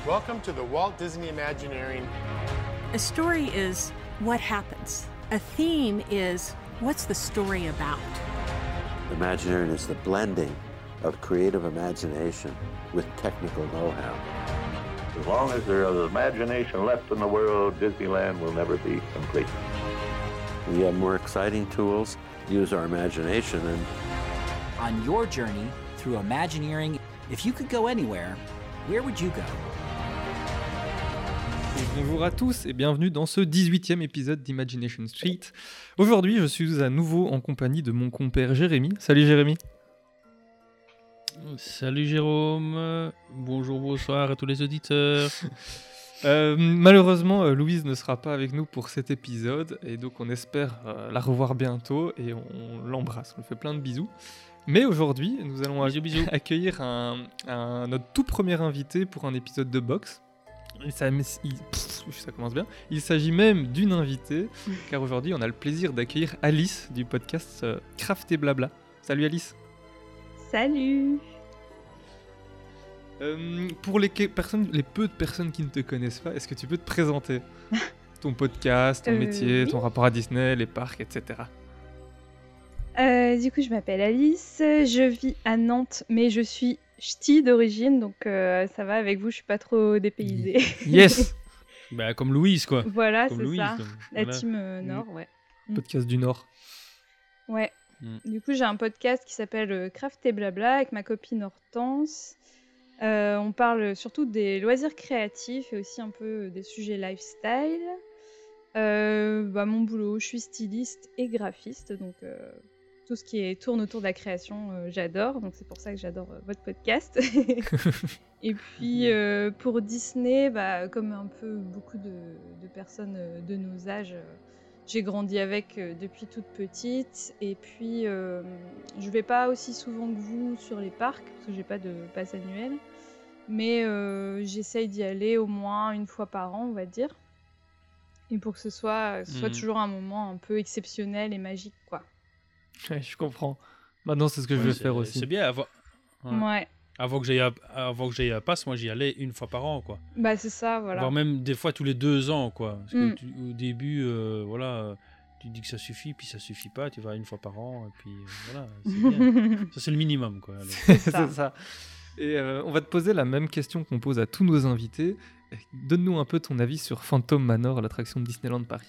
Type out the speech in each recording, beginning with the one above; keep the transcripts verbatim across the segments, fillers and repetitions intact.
Welcome to the Walt Disney Imagineering. A story is what happens. A theme is what's the story about. Imagineering is the blending of creative imagination with technical know-how. As long as there is imagination left in the world, Disneyland will never be complete. We have more exciting tools, use our imagination, and On your journey through Imagineering, if you could go anywhere, where would you go? Et bonjour à tous et bienvenue dans ce dix-huitième épisode d'Imagination Street. Aujourd'hui, je suis à nouveau en compagnie de mon compère Jérémy. Salut Jérémy. Salut Jérôme, bonjour, bonsoir à tous les auditeurs. Euh, malheureusement, euh, Louise ne sera pas avec nous pour cet épisode et donc on espère euh, la revoir bientôt et on, on l'embrasse, on lui fait plein de bisous. Mais aujourd'hui, nous allons Bisous, bisous. accueillir un, un- notre tout premier invité pour un épisode de boxe. Et ça, il- pff, ça commence bien. Il s'agit même d'une invitée, car aujourd'hui on a le plaisir d'accueillir Alice du podcast euh, Craft et Blabla. Salut Alice. Salut. Euh, pour les, que- personnes, les peu de personnes qui ne te connaissent pas, est-ce que tu peux te présenter ton podcast, ton Euh, métier, oui. ton rapport à Disney, les parcs, et cetera. Euh, du coup, je m'appelle Alice, je vis à Nantes, mais je suis ch'ti d'origine, donc euh, ça va avec vous, je suis pas trop dépaysée. Yes. Bah, comme Louise, quoi. Voilà, Comme c'est Louise. ça. comme- La voilà. team euh, Nord, ouais. Podcast du Nord. Ouais. Mm. Du coup, j'ai un podcast qui s'appelle euh, Craft et Blabla avec ma copine Hortense. Euh, on parle surtout des loisirs créatifs et aussi un peu des sujets lifestyle. Euh, bah, mon boulot, je suis styliste et graphiste, donc euh, tout ce qui est, tourne autour de la création, euh, j'adore. Donc c'est pour ça que j'adore euh, votre podcast. Et puis euh, pour Disney, bah, comme un peu beaucoup de, de personnes euh, de nos âges, euh, j'ai grandi avec euh, depuis toute petite. Et puis euh, je vais pas aussi souvent que vous sur les parcs parce que j'ai pas de passe annuel, mais euh, j'essaye d'y aller au moins une fois par an, on va dire. Et pour que ce soit, ce soit Mhm. toujours un moment un peu exceptionnel et magique, quoi. Ouais, je comprends. Maintenant, c'est ce que je Ouais, vais c'est- faire aussi. C'est bien. Avant, ouais. Ouais. avant que j'aille à, avant que j'aille à Passe, moi j'y allais une fois par an, quoi. Bah c'est ça, voilà. Voire même des fois tous les deux ans, quoi. Parce que Mm. tu- au début, euh, voilà, euh, tu dis que ça suffit, puis ça suffit pas. Tu vas une fois par an, et puis euh, voilà, c'est bien. Ça c'est le minimum, quoi. allez. C'est C'est ça. ça. Et euh, on va te poser la même question qu'on pose à tous nos invités. Donne-nous un peu ton avis sur Phantom Manor, l'attraction de Disneyland Paris.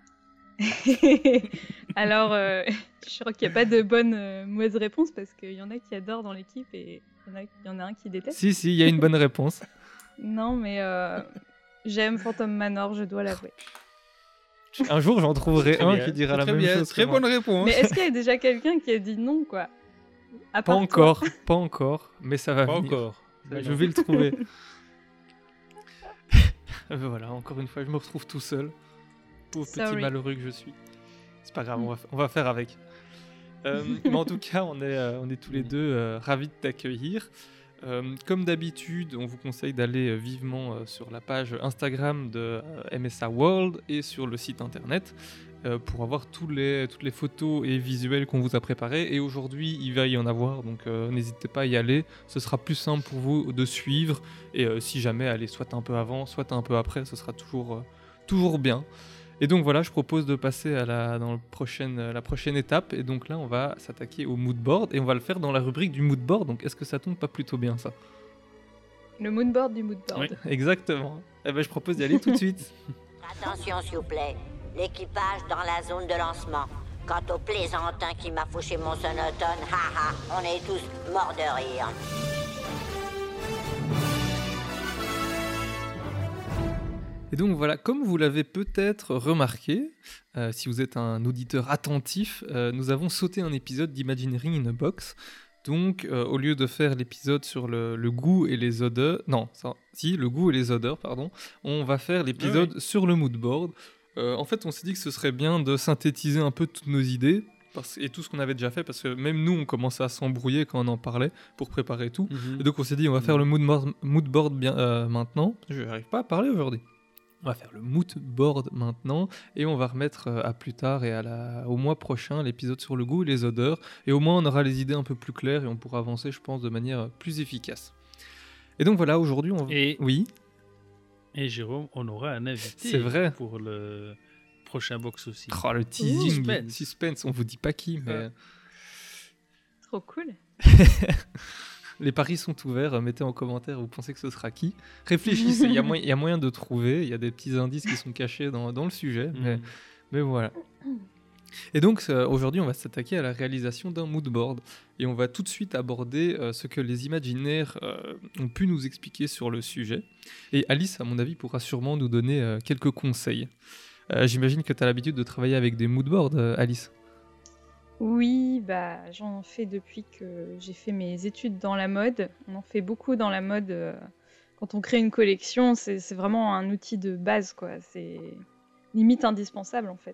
Alors, euh, je crois qu'il n'y a pas de bonne euh, mauvaise réponse parce qu'il y en a qui adorent dans l'équipe et il y en a, il y en a un qui déteste. Si, si, il y a une bonne réponse. Non, mais euh, j'aime Phantom Manor, je dois l'avouer. Un jour, j'en trouverai Très un bien, qui dira la très même bien, chose. Très que moi. bonne réponse. Mais est-ce qu'il y a déjà quelqu'un qui a dit non, quoi? À Pas part toi. encore, pas encore, mais ça va Pas venir. encore. Ça, Mais je non. vais le trouver. Euh, voilà, encore une fois, je me retrouve tout seul. Pauvre petit Sorry. malheureux que je suis. C'est pas grave, on va, f- on va faire avec. Euh, mais en tout cas, on est, euh, on est tous les deux euh, ravis de t'accueillir. Euh, comme d'habitude, on vous conseille d'aller euh, vivement euh, sur la page Instagram de euh, M S A World et sur le site internet euh, pour avoir tous les, toutes les photos et visuels qu'on vous a préparés. Et aujourd'hui, il va y en avoir, donc euh, n'hésitez pas à y aller. Ce sera plus simple pour vous de suivre. Et euh, si jamais, allez soit un peu avant, soit un peu après, ce sera toujours, euh, toujours bien. Et donc voilà, je propose de passer à la, dans le prochaine, euh, la prochaine étape. Et donc là, on va s'attaquer au mood board et on va le faire dans la rubrique du mood board. Donc est-ce que ça tombe pas plutôt bien ça? Le moodboard du moodboard. Oui. Exactement. Eh ben, je propose d'y aller tout de suite. Attention s'il vous plaît, l'équipage dans la zone de lancement. Quant au plaisantin qui m'a fauché mon sonotone, haha, on est tous morts de rire. Et donc voilà, comme vous l'avez peut-être remarqué, euh, si vous êtes un auditeur attentif, euh, nous avons sauté un épisode d'Imagineering in a Box. Donc, euh, au lieu de faire l'épisode sur le, le goût et les odeurs, non, ça, si, le goût et les odeurs, pardon, on va faire l'épisode sur le mood board. Euh, en fait, on s'est dit que ce serait bien de synthétiser un peu toutes nos idées parce, et tout ce qu'on avait déjà fait, parce que même nous, on commençait à s'embrouiller quand on en parlait pour préparer tout. Mhm. Et donc, on s'est dit, on va faire le mood board, mood board bien, euh, maintenant. Je n'arrive pas à parler aujourd'hui. On va faire le mood board maintenant et on va remettre euh, à plus tard et à la, au mois prochain l'épisode sur le goût et les odeurs. Et au moins on aura les idées un peu plus claires et on pourra avancer, je pense, de manière plus efficace. Et donc voilà, aujourd'hui on... Et- Oui. Et Jérôme, on aura un invité C'est vrai. pour le prochain box aussi. Oh, le teasing, Suspense. suspense, on vous dit pas qui, mais Ouais. Trop cool. les paris sont ouverts. Mettez en commentaire, vous pensez que ce sera qui. Réfléchissez, il y, a moyen- il y a moyen de trouver, il y a des petits indices qui sont cachés dans, dans le sujet, mais, Mhm. mais voilà. Et donc euh, aujourd'hui, on va s'attaquer à la réalisation d'un mood board et on va tout de suite aborder euh, ce que les imaginaires euh, ont pu nous expliquer sur le sujet. Et Alice, à mon avis, pourra sûrement nous donner euh, quelques conseils. Euh, J'imagine que tu as l'habitude de travailler avec des mood boards, euh, Alice. Oui, bah j'en fais depuis que j'ai fait mes études dans la mode. On en fait beaucoup dans la mode. euh, Quand on crée une collection, c'est c'est vraiment un outil de base, quoi. C'est limite indispensable en fait.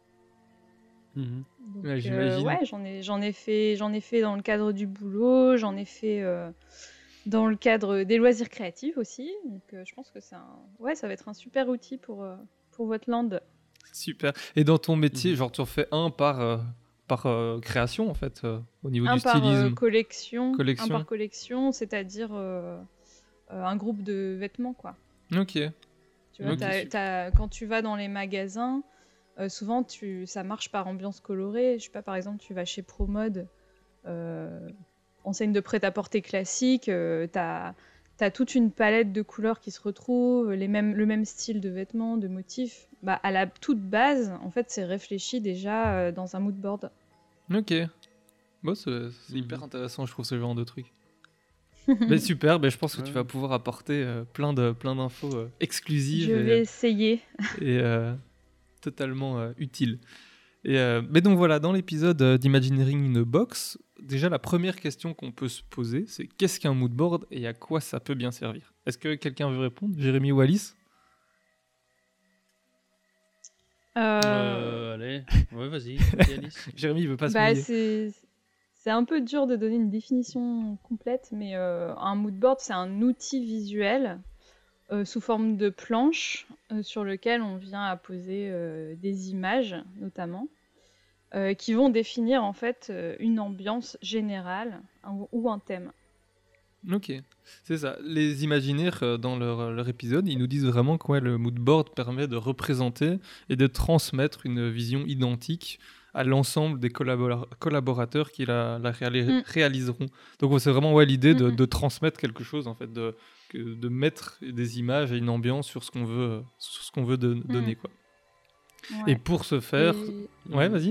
Mhm. Donc, Ouais, euh, j'imagine. ouais, j'en ai, j'en ai fait, j'en ai fait dans le cadre du boulot, j'en ai fait euh, dans le cadre des loisirs créatifs aussi. Donc, euh, je pense que c'est un, ouais, ça va être un super outil pour euh, pour votre land. Super. Et dans ton métier, Mhm. genre tu en fais un par, euh, par euh, création en fait, euh, au niveau Un du par euh, stylisme. collection, un Collection. par collection, c'est-à-dire euh, euh, un groupe de vêtements, quoi. Ok. Tu vois, Ok, t'as- super. t'as- quand tu vas dans les magasins, euh, souvent tu, ça marche par ambiance colorée. Je sais pas, par exemple, tu vas chez Promode, euh, enseigne de prêt-à-porter classique, euh, t'as, t'as toute une palette de couleurs qui se retrouvent, les mêmes, le même style de vêtements, de motifs. Bah, à la toute base, en fait, c'est réfléchi déjà euh, dans un mood board. Ok. Bon, c'est c'est Mhm. hyper intéressant, je trouve, ce genre de truc. Mais super, ben, je pense que tu Ouais. vas pouvoir apporter euh, plein de plein d'infos euh, exclusives Je et, vais essayer. et, euh, totalement euh, utiles. Et, euh, mais donc voilà, dans l'épisode euh, d'Imagineering in a Box, déjà la première question qu'on peut se poser, c'est qu'est-ce qu'un mood board et à quoi ça peut bien servir? Est-ce que quelqu'un veut répondre? Jérémy ou Alice? Euh, Euh, allez, ouais, vas-y, vas-y, Alice. Jérémy, il veut pas se Bah, mouiller. c'est c'est un peu dur de donner une définition complète, mais euh, un mood board, c'est un outil visuel euh, sous forme de planche euh, sur lequel on vient apposer euh, des images, notamment, euh, qui vont définir en fait euh, une ambiance générale un- ou un thème. Ok, c'est ça. Les imaginaires, euh, dans leur, leur épisode, ils nous disent vraiment que ouais, le mood board permet de représenter et de transmettre une vision identique à l'ensemble des collabora- collaborateurs qui la, la réali- Mm. réaliseront. Donc ouais, c'est vraiment ouais, l'idée de, Mm, mm. de transmettre quelque chose, en fait, de, que- de mettre des images et une ambiance sur ce qu'on veut, sur ce qu'on veut don- donner. Quoi. Ouais. Et pour ce faire... Et- Ouais, vas-y.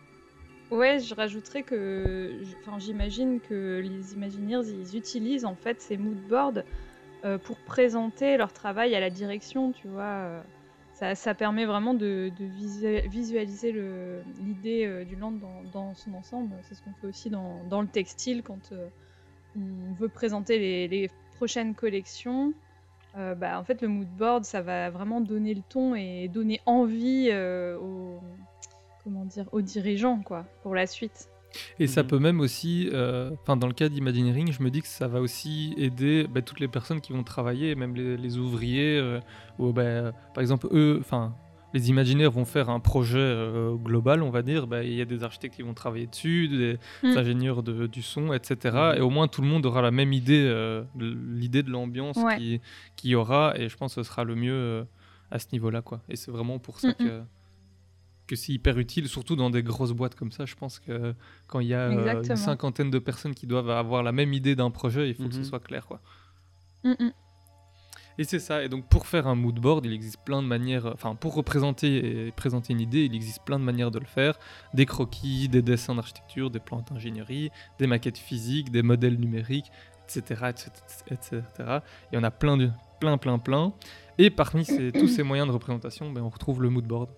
Ouais, je rajouterais que, j- enfin, j'imagine que les Imagineers, ils utilisent en fait ces mood boards euh, pour présenter leur travail à la direction, tu vois. euh, Ça, ça permet vraiment de, de visu- visualiser le- l'idée euh, du land dans, dans son ensemble. C'est ce qu'on fait aussi dans, dans le textile quand euh, on veut présenter les, les prochaines collections. Euh, bah, en fait, le mood board, ça va vraiment donner le ton et donner envie euh, aux, comment dire, aux dirigeants, quoi, pour la suite. Et ça Mhm. peut même aussi, euh, enfin dans le cas d'Imagineering, je me dis que ça va aussi aider bah, toutes les personnes qui vont travailler, même les, les ouvriers, euh, ou bah, par exemple eux, enfin les imaginaires vont faire un projet euh, global, on va dire, bah, il y a des architectes qui vont travailler dessus, des Mm. ingénieurs de- du son, et cetera. Mhm. Et au moins tout le monde aura la même idée, euh, de- l'idée de l'ambiance Ouais. qui- qu'il y aura, et je pense que ce sera le mieux euh, à ce niveau-là, quoi. Et c'est vraiment pour ça Mm, mm. que que c'est hyper utile, surtout dans des grosses boîtes comme ça. Je pense que quand il y a euh, une Exactement. cinquantaine de personnes qui doivent avoir la même idée d'un projet, il faut que ce Mhm. soit clair, quoi. Mm, mm. Et c'est ça. Et donc pour faire un mood board, il existe plein de manières. Enfin, pour représenter et présenter une idée, il existe plein de manières de le faire. Des croquis, des dessins d'architecture, des plans d'ingénierie, des maquettes physiques, des modèles numériques, et cetera, et cetera, et cetera. Il y en a plein, de, plein, plein, plein. Et parmi ces- tous ces moyens de représentation, ben, on retrouve le mood board.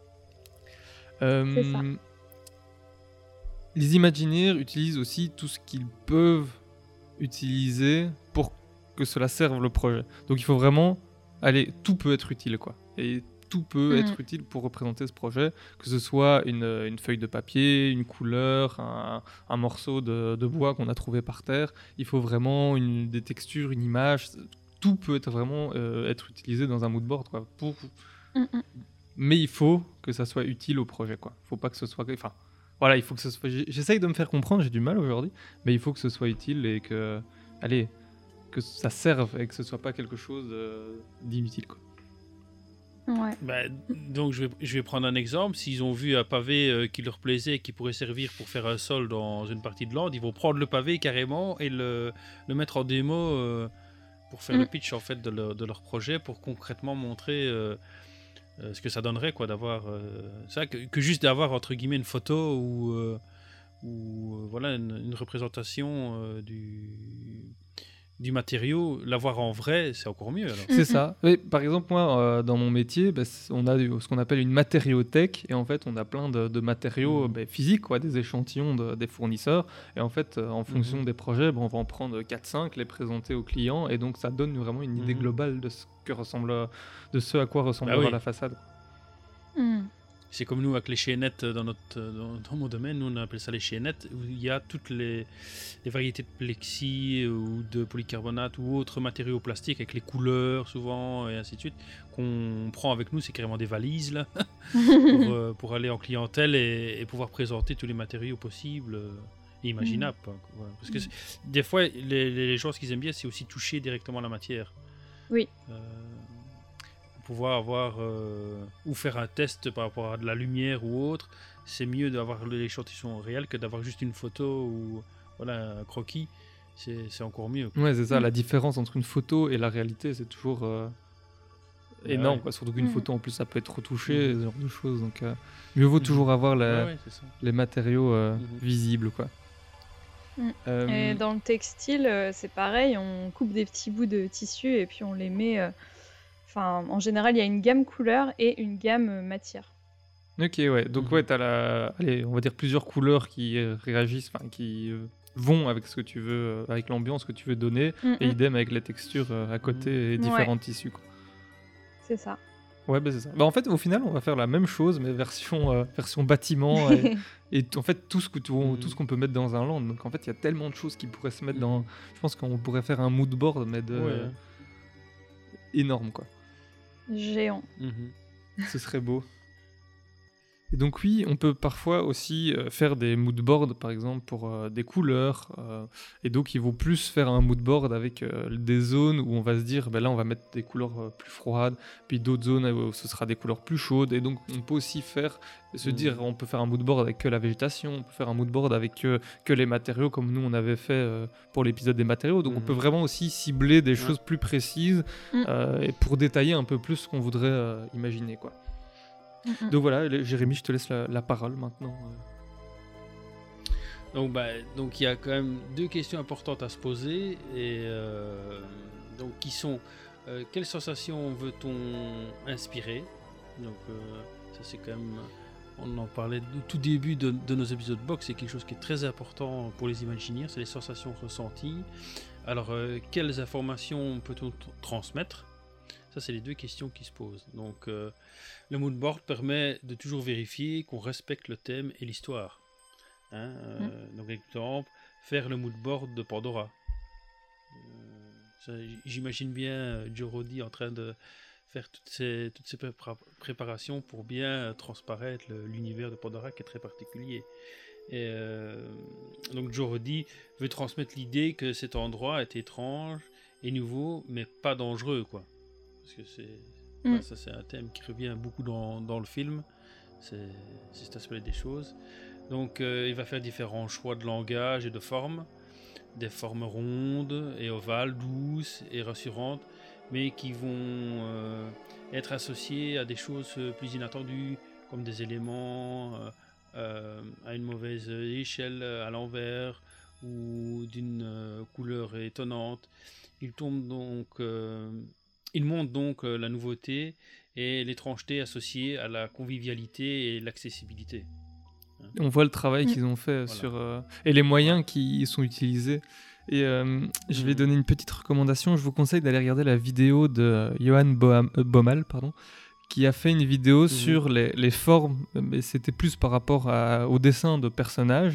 Euh, C'est ça. Les imaginaires utilisent aussi tout ce qu'ils peuvent utiliser pour que cela serve le projet. Donc il faut vraiment, allez, tout peut être utile, quoi. Et tout peut Mhm. être utile pour représenter ce projet, que ce soit une, une feuille de papier, une couleur, un, un morceau de, de bois qu'on a trouvé par terre. Il faut vraiment une, des textures, une image. Tout peut être vraiment euh, être utilisé dans un mood board, quoi, pour Mm, mm. mais il faut que ça soit utile au projet, quoi. Faut pas que ce soit, enfin, voilà, il faut que ce soit. j'ai- J'essaye de me faire comprendre, j'ai du mal aujourd'hui, mais il faut que ce soit utile et que, allez, que ça serve et que ce soit pas quelque chose euh, d'inutile, quoi. Ouais. Bah, donc je vais, je vais prendre un exemple. S'ils ont vu un pavé euh, qui leur plaisait et qui pourrait servir pour faire un sol dans une partie de land, ils vont prendre le pavé carrément et le, le mettre en démo euh, pour faire Mm. le pitch en fait de leur, de leur projet, pour concrètement montrer euh, euh, ce que ça donnerait quoi d'avoir euh, ça que, que juste d'avoir entre guillemets une photo ou euh, ou euh, voilà une, une représentation euh, du du matériau, l'avoir en vrai, c'est encore mieux alors. C'est Mhm. ça. Oui, par exemple, moi, euh, dans mon métier, bah, c- on a du- ce qu'on appelle une matériothèque, et en fait, on a plein de, de matériaux Mhm. bah, physiques, quoi, des échantillons de- des fournisseurs, et en fait, euh, en fonction Mhm. des projets, bah, on va en prendre quatre cinq, les présenter aux clients, et donc ça donne vraiment une idée Mhm. globale de ce, que ressemble, de ce à quoi ressemblera Bah oui. la façade. Mm. C'est comme nous avec les chaînettes dans, notre, dans, dans mon domaine, nous on appelle ça les chaînettes, où il y a toutes les, les variétés de plexi ou de polycarbonate ou autres matériaux plastiques avec les couleurs souvent et ainsi de suite, qu'on prend avec nous, c'est carrément des valises là, pour, euh, pour aller en clientèle et, et pouvoir présenter tous les matériaux possibles euh, et imaginables. quoi. Voilà. Parce que c'est- des fois, les, les gens, ce qu'ils aiment bien, c'est aussi toucher directement la matière. Oui. Euh, pouvoir avoir euh, ou faire un test par rapport à de la lumière ou autre, c'est mieux d'avoir l'échantillon réel que d'avoir juste une photo ou voilà un croquis, c'est c'est encore mieux. quoi. Ouais, c'est ça, Mm. la différence entre une photo et la réalité, c'est toujours euh, Ouais, énorme, ouais. quoi. Surtout qu'une Mhm. photo, en plus, ça peut être retouché, Mhm. ce genre de choses, donc euh, mieux vaut Mhm. toujours avoir la- Ouais, ouais, c'est ça. les matériaux euh, Mhm. visibles, quoi. Mm. Euh, Et dans le textile, euh, c'est pareil, on coupe des petits bouts de tissu et puis on les met. euh, Enfin, en général, il y a une gamme couleur et une gamme euh, matière. Ok, ouais. Donc, Mhm. ouais, t'as la... Allez, on va dire plusieurs couleurs qui euh, réagissent, enfin, qui euh, vont avec ce que tu veux, euh, avec l'ambiance que tu veux donner, Mm, et mm. idem avec les textures euh, à côté et différents tissus, quoi. C'est ça. Ouais, bah, c'est ça. Bah, en fait, au final, on va faire la même chose, mais version, euh, version bâtiment, et, et t- en fait, tout ce que tu- Mhm. tout ce qu'on peut mettre dans un land. Donc, en fait, il y a tellement de choses qui pourraient se mettre Mhm. dans... Je pense qu'on pourrait faire un mood board, mais de... Ouais. énorme, quoi. Géant. Mhm. Ce serait beau. Et donc oui, on peut parfois aussi euh, faire des mood boards, par exemple, pour euh, des couleurs. euh, et donc, il vaut plus faire un mood board avec euh, des zones où on va se dire, ben là, on va mettre des couleurs euh, plus froides, puis d'autres zones où ce sera des couleurs plus chaudes. Et donc, on peut aussi faire, se Mhm. dire, on peut faire un mood board avec que la végétation, on peut faire un mood board avec que, que les matériaux, comme nous, on avait fait euh, pour l'épisode des matériaux. Donc, on Mhm. peut vraiment aussi cibler des Ouais. choses plus précises Mm. euh, et pour détailler un peu plus ce qu'on voudrait euh, imaginer, quoi. Mm, mm. Donc voilà, le- Jérémy, je te laisse la, la parole maintenant. Donc, bah, donc il y a quand même deux questions importantes à se poser et euh, donc qui sont euh, quelles sensations veut-on inspirer? Donc euh, ça c'est quand même, on en parlait au tout début de, de nos épisodes box, c'est quelque chose qui est très important pour les Imagineers, c'est les sensations ressenties. Alors euh, quelles informations peut-on tr- transmettre? Ça c'est les deux questions qui se posent. Donc euh, le mood board permet de toujours vérifier qu'on respecte le thème et l'histoire. Hein, euh, Donc, exemple, faire le mood board de Pandora. Euh, ça, j- J'imagine bien euh, Joe Roddy en train de faire toutes ces, toutes ces prépa- préparations pour bien euh, transparaître le- l'univers de Pandora qui est très particulier. Et, euh, donc Joe Roddy veut transmettre l'idée que cet endroit est étrange et nouveau, mais pas dangereux, quoi. Parce que c'est Mm. voilà, ça, c'est un thème qui revient beaucoup dans, dans le film. C'est c'est cet aspect des choses. Donc euh, il va faire différents choix de langage et de formes, des formes rondes et ovales, douces et rassurantes, mais qui vont euh, être associées à des choses euh, plus inattendues, comme des éléments euh, euh, à une mauvaise échelle euh, à l'envers ou d'une euh, couleur étonnante. Il tombe donc, euh, il montre donc euh, la nouveauté et l'étrangeté associée à la convivialité et l'accessibilité. On voit le travail Mm. qu'ils ont fait Voilà. sur euh, et les moyens qui sont utilisés. Et euh, je vais Mhm. donner une petite recommandation. Je vous conseille d'aller regarder la vidéo de euh, Johan Boham- euh, Bomal, pardon, qui a fait une vidéo sur les, les formes, mais c'était plus par rapport à- au dessin de personnages.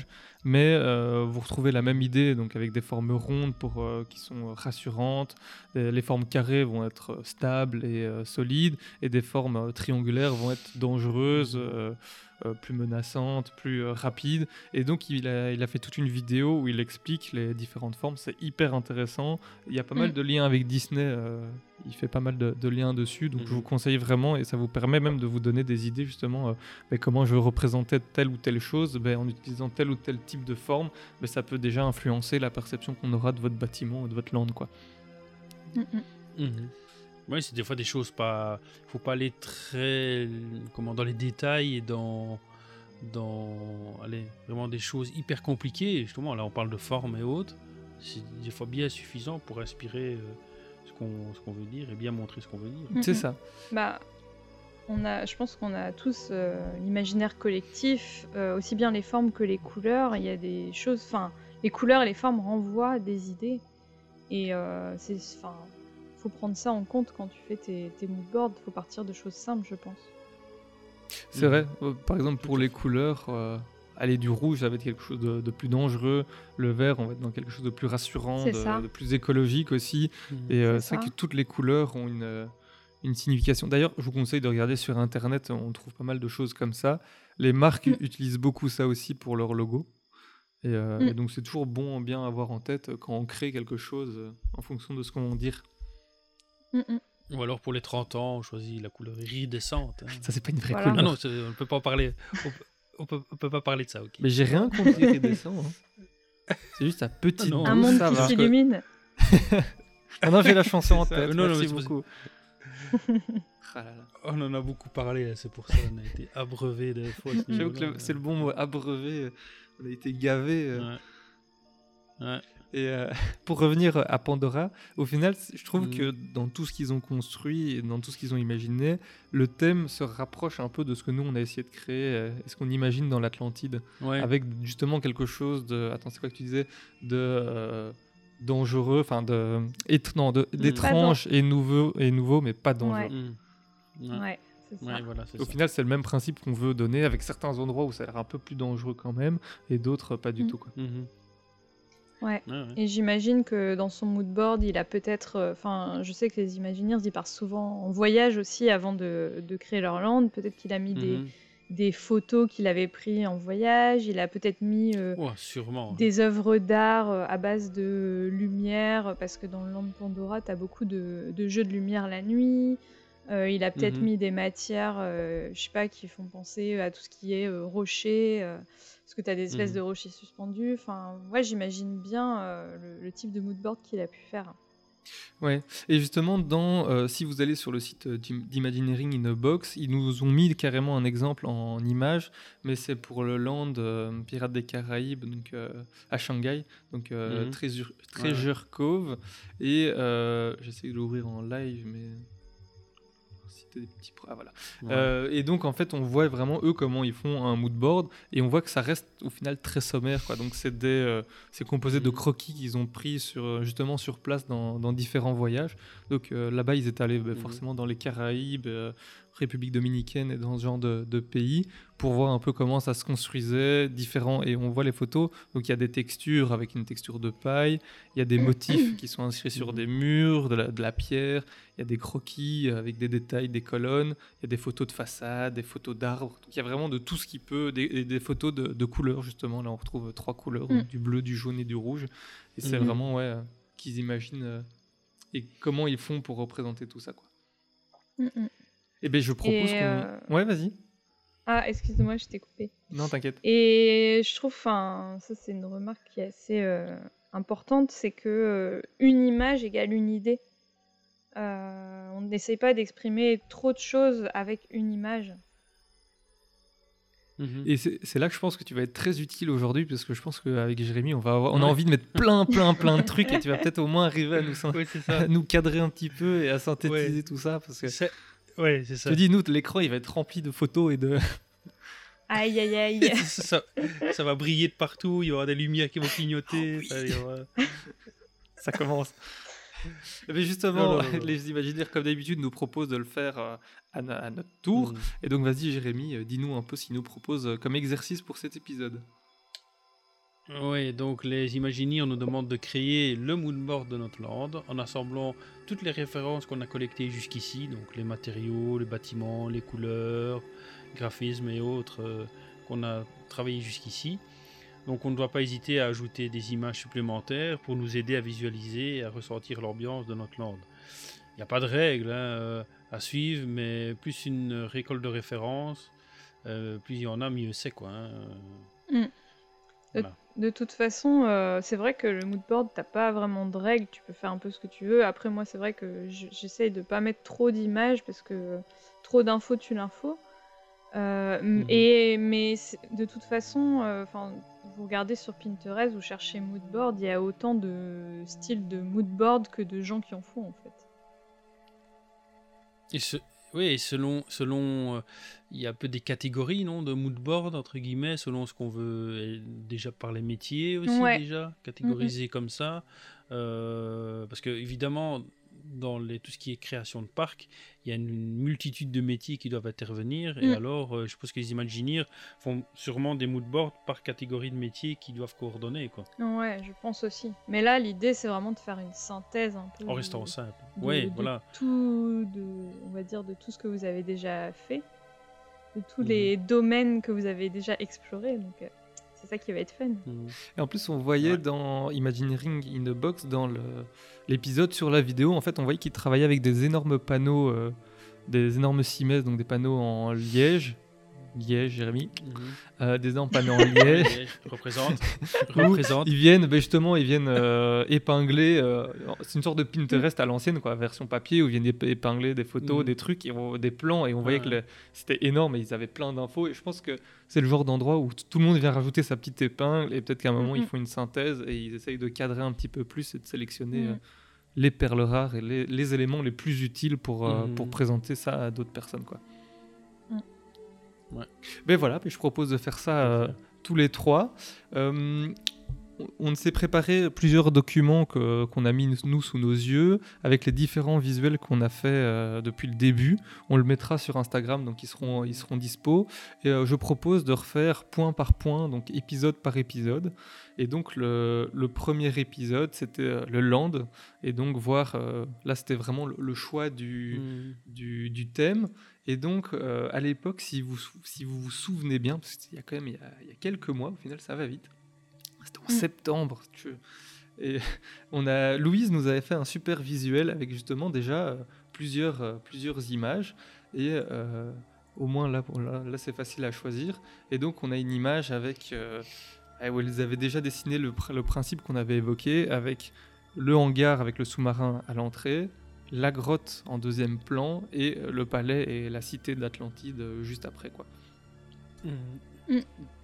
mais euh, vous retrouvez la même idée, donc avec des formes rondes pour, euh, qui sont rassurantes, les, les formes carrées vont être stables et euh, solides, et des formes euh, triangulaires vont être dangereuses, euh, euh, plus menaçantes, plus euh, rapides. Et donc il a, il a fait toute une vidéo où il explique les différentes formes, c'est hyper intéressant. Il y a pas mal Mm. de liens avec Disney, euh, il fait pas mal de, de liens dessus, donc Mhm. je vous conseille vraiment, et ça vous permet même de vous donner des idées justement, euh, ben, comment je veux représenter telle ou telle chose, ben, en utilisant tel ou tel type de forme, ben, ça peut déjà influencer la perception qu'on aura de votre bâtiment ou de votre land, quoi. Mm, mm. Mhm. Oui, c'est des fois des choses pas. Faut pas aller très. Comment, dans les détails et dans. Dans. Allez, vraiment des choses hyper compliquées. Et justement, là, on parle de forme et autres. C'est des fois bien suffisant pour inspirer euh, ce qu'on ce qu'on veut dire et bien montrer ce qu'on veut dire. Mm, C'est mm. ça. Bah, on a, je pense qu'on a tous euh, l'imaginaire collectif, euh, aussi bien les formes que les couleurs. Il y a des choses, enfin, les couleurs et les formes renvoient des idées. Et euh, c'est, enfin, faut prendre ça en compte quand tu fais tes, tes moodboards. Faut partir de choses simples, je pense. C'est Mhm. vrai, euh, par exemple Tout pour à les fait. couleurs, euh, aller du rouge, ça va être quelque chose de, de plus dangereux, le vert, on va être dans quelque chose de plus rassurant, C'est de, ça. de plus écologique aussi, Mhm. et euh, C'est c'est vrai ça. que toutes les couleurs ont une, euh, une signification. D'ailleurs, je vous conseille de regarder sur Internet, on trouve pas mal de choses comme ça. Les marques Mm. utilisent beaucoup ça aussi pour leur logo, et, euh, Mm. et donc c'est toujours bon, bien à avoir en tête euh, quand on crée quelque chose euh, en fonction de ce qu'on va dire. Mm, mm. Ou alors pour les trente ans, on choisit la couleur iridescente. hein. Ça, c'est pas une vraie Voilà. Ah couleur. non, c'est- on ne peut pas en parler. On peut, on peut, on peut pas parler de ça, ok. Mais j'ai rien contre iridescent. Hein. C'est juste à petite non. dose, Un monde ça qui va. s'illumine. Maintenant j'ai la chanson en C'est ça. tête, Non, non, merci mais c'est pas- beaucoup. Ah là là. On en a beaucoup parlé, hein, c'est pour ça qu'on a été abreuvé de fois. à ce J'avoue que niveau-là. le- c'est le bon mot, abreuvé. On a été gavé. euh. Ouais. Ouais. Et euh, pour revenir à Pandora, au final, c- je trouve Mhm. que dans tout ce qu'ils ont construit et dans tout ce qu'ils ont imaginé, le thème se rapproche un peu de ce que nous on a essayé de créer euh, et ce qu'on imagine dans l'Atlantide, Ouais. avec justement quelque chose de. Attends, c'est quoi que tu disais de euh, dangereux, enfin de étr- non, de- d'étrange et nouveau et nouveau, mais pas dangereux. Mm. Ouais. Ouais, c'est ça. Ouais, voilà, c'est Au ça. final, c'est le même principe qu'on veut donner, avec certains endroits où ça a l'air un peu plus dangereux quand même, et d'autres pas du Mm. tout. Quoi. Mhm. Ouais. Ouais, ouais. Et j'imagine que dans son moodboard, il a peut-être. Enfin, je sais que les Imagineers, ils partent souvent en voyage aussi avant de, de créer leur land. Peut-être qu'il a mis des, Mhm. des photos qu'il avait prises en voyage. Il a peut-être mis euh, Ouais, sûrement. des œuvres d'art euh, à base de lumière, parce que dans le land Pandora, tu as beaucoup de, de jeux de lumière la nuit. Euh, il a peut-être Mhm. mis des matières, euh, je sais pas, qui font penser à tout ce qui est euh, rocher, euh, parce que tu as des espèces Mhm. de rochers suspendus. Enfin, ouais, j'imagine bien euh, le, le type de moodboard qu'il a pu faire. Ouais. Et justement, dans, euh, si vous allez sur le site euh, d'Im- d'Imagineering in a Box, ils nous ont mis carrément un exemple en image, mais c'est pour le land euh, Pirates des Caraïbes, donc euh, à Shanghai, donc euh, Mhm. Treasure, Ouais, ouais. Treasure Cove. Et euh, j'essaie de l'ouvrir en live, mais c'était des petits pro- ah, voilà. Ouais. Euh, et donc en fait on voit vraiment eux comment ils font un moodboard et on voit que ça reste au final très sommaire quoi. Donc c'est des euh, c'est composé de Mhm. croquis qu'ils ont pris sur euh, justement sur place dans, dans différents voyages. Donc euh, là-bas ils étaient allés bah, Mhm. forcément dans les Caraïbes, euh, République dominicaine et dans ce genre de, de pays pour voir un peu comment ça se construisait différents et on voit les photos. Donc il y a des textures avec une texture de paille, il y a des motifs qui sont inscrits sur Mhm. des murs, de la, de la pierre, il y a des croquis avec des détails, des colonnes, il y a des photos de façade, des photos d'arbres. Donc il y a vraiment de tout ce qui peut, des, et des photos de, de couleurs justement. Là on retrouve trois couleurs, Mm. donc du bleu, du jaune et du rouge. Et c'est Mhm. vraiment ouais, euh, qu'ils imaginent euh, et comment ils font pour représenter tout ça. Quoi. Mm, mm. Et bien je propose Et, qu'on... euh, Ouais vas-y. Ah, excuse-moi, je t'ai coupé. Non t'inquiète. Et je trouve, enfin, ça c'est une remarque qui est assez euh, importante, c'est que euh, une image égale une idée. Euh, on n'essaye pas d'exprimer trop de choses avec une image. Mhm. Et c'est c'est là que je pense que tu vas être très utile aujourd'hui parce que je pense qu'avec Jérémy, on, va avoir, on a Ouais. envie de mettre plein, plein, plein de trucs et tu vas peut-être au moins arriver à nous, syn- Ouais, c'est à ça. nous cadrer un petit peu et à synthétiser Ouais. tout ça. Parce que C'est- Ouais, c'est je ça. te dis, nous, l'écran, il va être rempli de photos et de. Aïe aïe aïe. ça, ça- ça va briller de partout, il y aura des lumières qui vont clignoter. ça, il y aura- Ça commence. Mais justement, Non, non, non, non. les imaginaires, comme d'habitude, nous proposent de le faire euh, à, no- à notre tour. Mhm. Et donc, vas-y, Jérémy, euh, dis-nous un peu ce qu'ils nous proposent euh, comme exercice pour cet épisode. Oui, donc les Imagineers nous demandent de créer le moodboard de notre land en assemblant toutes les références qu'on a collectées jusqu'ici, donc les matériaux, les bâtiments, les couleurs, graphismes et autres euh, qu'on a travaillé jusqu'ici. Donc on ne doit pas hésiter à ajouter des images supplémentaires pour nous aider à visualiser et à ressentir l'ambiance de notre land. Il n'y a pas de règles hein, euh, à suivre, mais plus une récolte de références, euh, plus il y en a, mieux c'est quoi. Hein. Mm. Voilà. De, de toute façon, euh, c'est vrai que le moodboard, t'as pas vraiment de règles, tu peux faire un peu ce que tu veux. Après, moi, c'est vrai que j- j'essaye de pas mettre trop d'images parce que trop d'infos tue l'info. Euh, m- Mhm. et mais c'est- de toute façon, euh, 'fin, vous regardez sur Pinterest, vous cherchez moodboard, il y a autant de styles de moodboard que de gens qui en font en fait. Et ce- oui, et selon, selon, euh, il y a un peu des catégories, non, de moodboard entre guillemets, selon ce qu'on veut, et déjà par les métiers aussi Ouais. déjà catégorisés comme ça, euh, parce que évidemment dans les, tout ce qui est création de parc, il y a une multitude de métiers qui doivent intervenir, et Mm. alors euh, je pense que les Imagineers font sûrement des moodboards par catégorie de métiers qui doivent coordonner quoi, Ouais, je pense aussi. Mais là, l'idée, c'est vraiment de faire une synthèse un peu en de, restant simple. de- Oui, de voilà. tout, de, on va dire, de tout ce que vous avez déjà fait, de tous Mhm. les domaines que vous avez déjà explorés. Donc, euh, c'est ça qui va être fun. Mhm. Et en plus, on voyait Ouais. dans Imagineering in a Box, dans le- l'épisode sur la vidéo, en fait, on voyait qu'ils travaillaient avec des énormes panneaux, euh, des énormes cimaises, donc des panneaux en liège. Liège, Jérémy. Mhm. Euh, des énormes panneaux en liège. Ouais, représente, Où représente. Ils viennent, ben justement, ils viennent euh, épingler. euh, c'est une sorte de Pinterest à l'ancienne, quoi, version papier, où ils viennent ép- épingler des photos, Mhm. des trucs, et on- des plans, et on voyait Ouais. que le- c'était énorme, et ils avaient plein d'infos. Et je pense que c'est le genre d'endroit où t- tout le monde vient rajouter sa petite épingle, et peut-être qu'à un moment, Mhm. ils font une synthèse, et ils essayent de cadrer un petit peu plus et de sélectionner Mhm. euh, les perles rares et les, les éléments les plus utiles pour, euh, Mhm. pour présenter ça à d'autres personnes, quoi. Mhm. Ouais. Ben voilà, ben je propose de faire ça euh, tous les trois. Euh, on- on s'est préparé plusieurs documents que- qu'on a mis nous sous nos yeux avec les différents visuels qu'on a fait euh, depuis le début. On le mettra sur Instagram, donc ils seront, ils seront dispo. Et euh, je propose de refaire point par point, donc épisode par épisode. Et donc le, le premier épisode, c'était euh, le land. Et donc voir, euh, là c'était vraiment le, le choix du, Mhm. du, du thème. Et donc, euh, à l'époque, si vous, sou- si vous vous souvenez bien, parce qu'il y a quand même il y a, il y a quelques mois, au final, ça va vite. C'était en Mm. septembre. si tu veux. Et on a, Louise nous avait fait un super visuel avec justement déjà euh, plusieurs, euh, plusieurs images. Et euh, au moins là, bon, là, là, c'est facile à choisir. Et donc, on a une image avec euh, eh, où elles avaient déjà dessiné le, pr- le principe qu'on avait évoqué, avec le hangar avec le sous-marin à l'entrée, la grotte en deuxième plan et euh, le palais et la cité d'Atlantide euh, juste après, quoi. Mhm.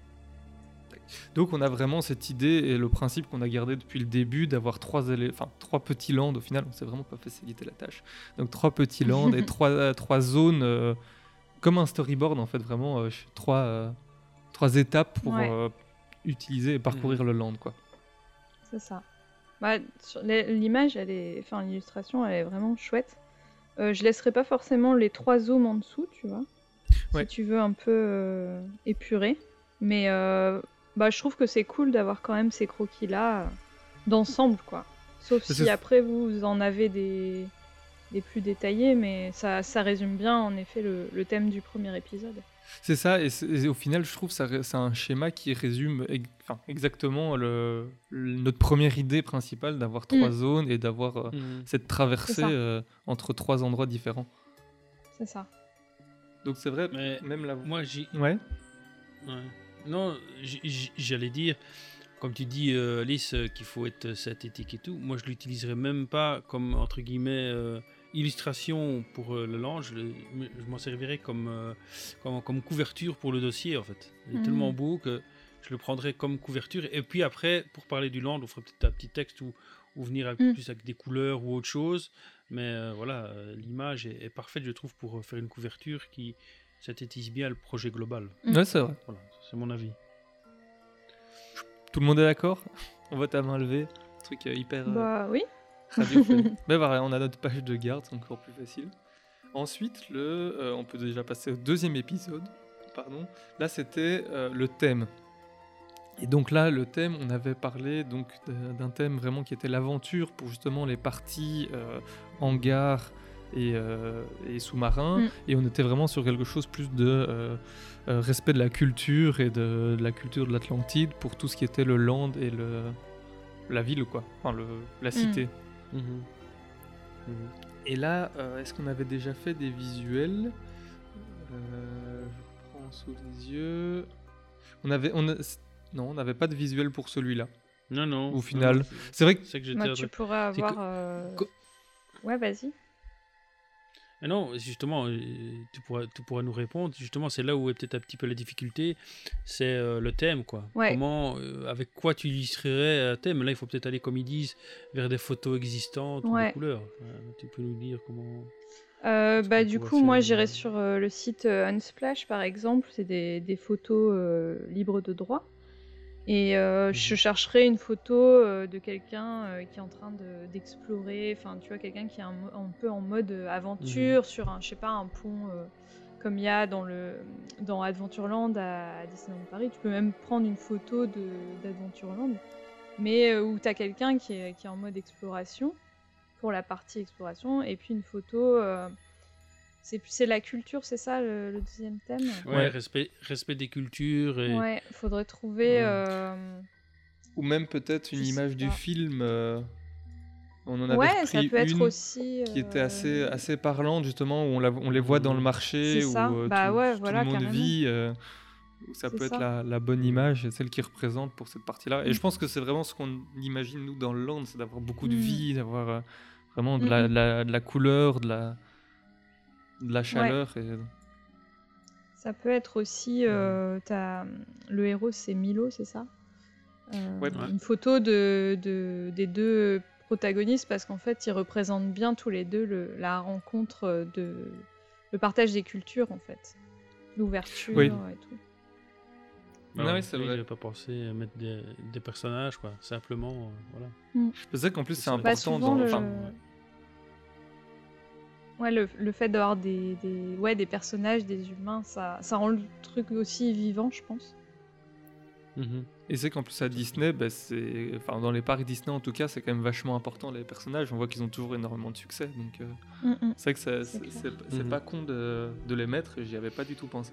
Donc on a vraiment cette idée et le principe qu'on a gardé depuis le début d'avoir trois, élé- enfin, trois petits lands. Au final, on s'est vraiment pas facilité la tâche. Donc trois petits lands et trois, euh, trois zones euh, comme un storyboard en fait, vraiment euh, trois, euh, trois étapes pour Ouais. euh, utiliser et parcourir le land, quoi. C'est ça. Bah, sur les- l'image, elle est, enfin l'illustration, elle est vraiment chouette. Euh, je laisserai pas forcément les trois zooms en dessous, tu vois, Ouais. si tu veux un peu euh, épurer. Mais euh, bah, je trouve que c'est cool d'avoir quand même ces croquis-là euh, d'ensemble, quoi. Sauf C'est si ça. après vous en avez des, des plus détaillés, mais ça, ça résume bien en effet le, le thème du premier épisode. C'est ça, et, c'est- et au final, je trouve que ça ré- c'est un schéma qui résume ex- enfin, exactement le, le- notre première idée principale d'avoir trois Mm. zones et d'avoir euh, Mhm. cette traversée C'est ça. euh, entre trois endroits différents. C'est ça. Donc c'est vrai, Mais même là. moi, j'ai. Ouais. Ouais. Non, j- j- j'allais dire, comme tu dis, euh, Alice, euh, qu'il faut être synthétique et tout. Moi, je l'utiliserais même pas comme, entre guillemets, euh, illustration pour euh, le land. Je, le- je m'en servirais comme, euh, comme, comme couverture pour le dossier, en fait. Il est Mhm. tellement beau que je le prendrais comme couverture. Et puis après, pour parler du land, on ferait peut-être un petit texte ou, ou venir avec- Mm. plus avec des couleurs ou autre chose. Mais euh, voilà, euh, l'image est, est parfaite, je trouve, pour euh, faire une couverture qui synthétise bien le projet global. Mm. Ouais, c'est vrai. Voilà, c'est mon avis. Tout le monde est d'accord? On voit ta main levée. Truc euh, hyper euh, Bah oui. radiophonique. Mais voilà, on a notre page de garde, c'est encore plus facile. Ensuite, le, euh, on peut déjà passer au deuxième épisode. Pardon. Là, c'était euh, le thème. Et donc là, le thème, on avait parlé donc de- d'un thème vraiment qui était l'aventure pour justement les parties euh, hangars et, euh, et sous-marins. Mm. Et on était vraiment sur quelque chose plus de euh, euh, respect de la culture et de, de la culture de l'Atlantide pour tout ce qui était le land et le, la ville, quoi. Enfin, le, la cité. Mhm. Mhm. Et là, euh, est-ce qu'on avait déjà fait des visuels Euh, Je prends sous les yeux. On avait, on a- non, on n'avait pas de visuel pour celui-là. Non, non. Au final, non, c'est vrai que c'est que j'étais Moi, en tu train- pourras c'est avoir. que- euh, que- Ouais, vas-y. Ah non, justement, euh, tu pourras, tu pourras nous répondre. Justement, c'est là où est peut-être un petit peu la difficulté, c'est euh, le thème, quoi. Ouais. Comment, euh, avec quoi tu illustrerais un thème? Là, il faut peut-être aller, comme ils disent, vers des photos existantes ou Ouais. des couleurs. Enfin, tu peux nous dire comment. Euh, Est-ce bah, qu'on du pourrait coup, moi, faire, j'irai euh, sur euh, le site euh, Unsplash, par exemple. C'est des, des photos euh, libres de droit. Et euh, je Mhm. chercherai une photo euh, de quelqu'un euh, qui est en train de- d'explorer. Enfin, tu vois, quelqu'un qui est un, mo- un peu en mode euh, aventure sur un, je sais pas, un pont euh, comme il y a dans le dans Adventureland à, à Disneyland Paris. Tu peux même prendre une photo de d'Adventureland, mais euh, où tu as quelqu'un qui est, qui est en mode exploration pour la partie exploration, et puis une photo. euh, c'est c'est la culture, c'est ça le, le deuxième thème? Ouais, Ouais. Respect, respect des cultures et. Ouais, faudrait trouver. Ouais. euh, ou même peut-être une Je sais image du pas. film. euh, On en avait Ouais, ça repris peut être une aussi. qui était euh, assez, assez parlante justement, où on, la- on les voit dans le marché, C'est où ça. euh, Bah tout, ouais, tout voilà, le monde carrément. vit. euh, où ça C'est peut être ça. la, la bonne image et celle qui représente pour cette partie-là. Et Mm. je pense que c'est vraiment ce qu'on imagine nous dans le land, c'est d'avoir beaucoup de Mm. vie, d'avoir euh, vraiment de Mm, la, mm. de la, de la couleur, de la, de la chaleur. Et... Ça peut être aussi. euh, t'as- Le héros, c'est Milo, c'est ça? Euh, Ouais. Ouais. Une photo de, de- des deux protagonistes, parce qu'en fait, ils représentent bien tous les deux le- la rencontre de. Le partage des cultures, en fait. L'ouverture Oui. et tout. Bah Ouais, ouais, ouais, c'est oui, vrai. j'avais pas pensé à mettre des, des personnages, quoi. Simplement, euh, voilà. C'est ça qu'en plus c'est Bah, important souvent, dans. le- Enfin, Ouais, le, le fait d'avoir des, des, ouais, des personnages, des humains, ça, ça rend le truc aussi vivant, je pense. Mhm. et c'est qu'en plus à Disney, bah, c'est, enfin dans les parcs Disney en tout cas, c'est quand même vachement important les personnages. On voit qu'ils ont toujours énormément de succès, donc. euh, Mm, mm. C'est vrai que ça- C'est c'est clair. c'est- c'est Mhm. pas con de, de les mettre, et j'y avais pas du tout pensé.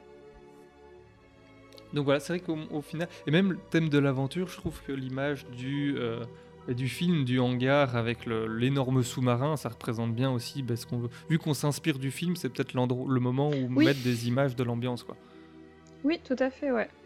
Donc voilà, c'est vrai qu'au au final, et même le thème de l'aventure, je trouve que l'image du, euh, du film, du hangar avec le- l'énorme sous-marin, ça représente bien aussi, parce qu'on veut, vu qu'on s'inspire du film, c'est peut-être l'endroit, le moment où Oui. mettre des images de l'ambiance, quoi. Oui, tout à fait, ouais.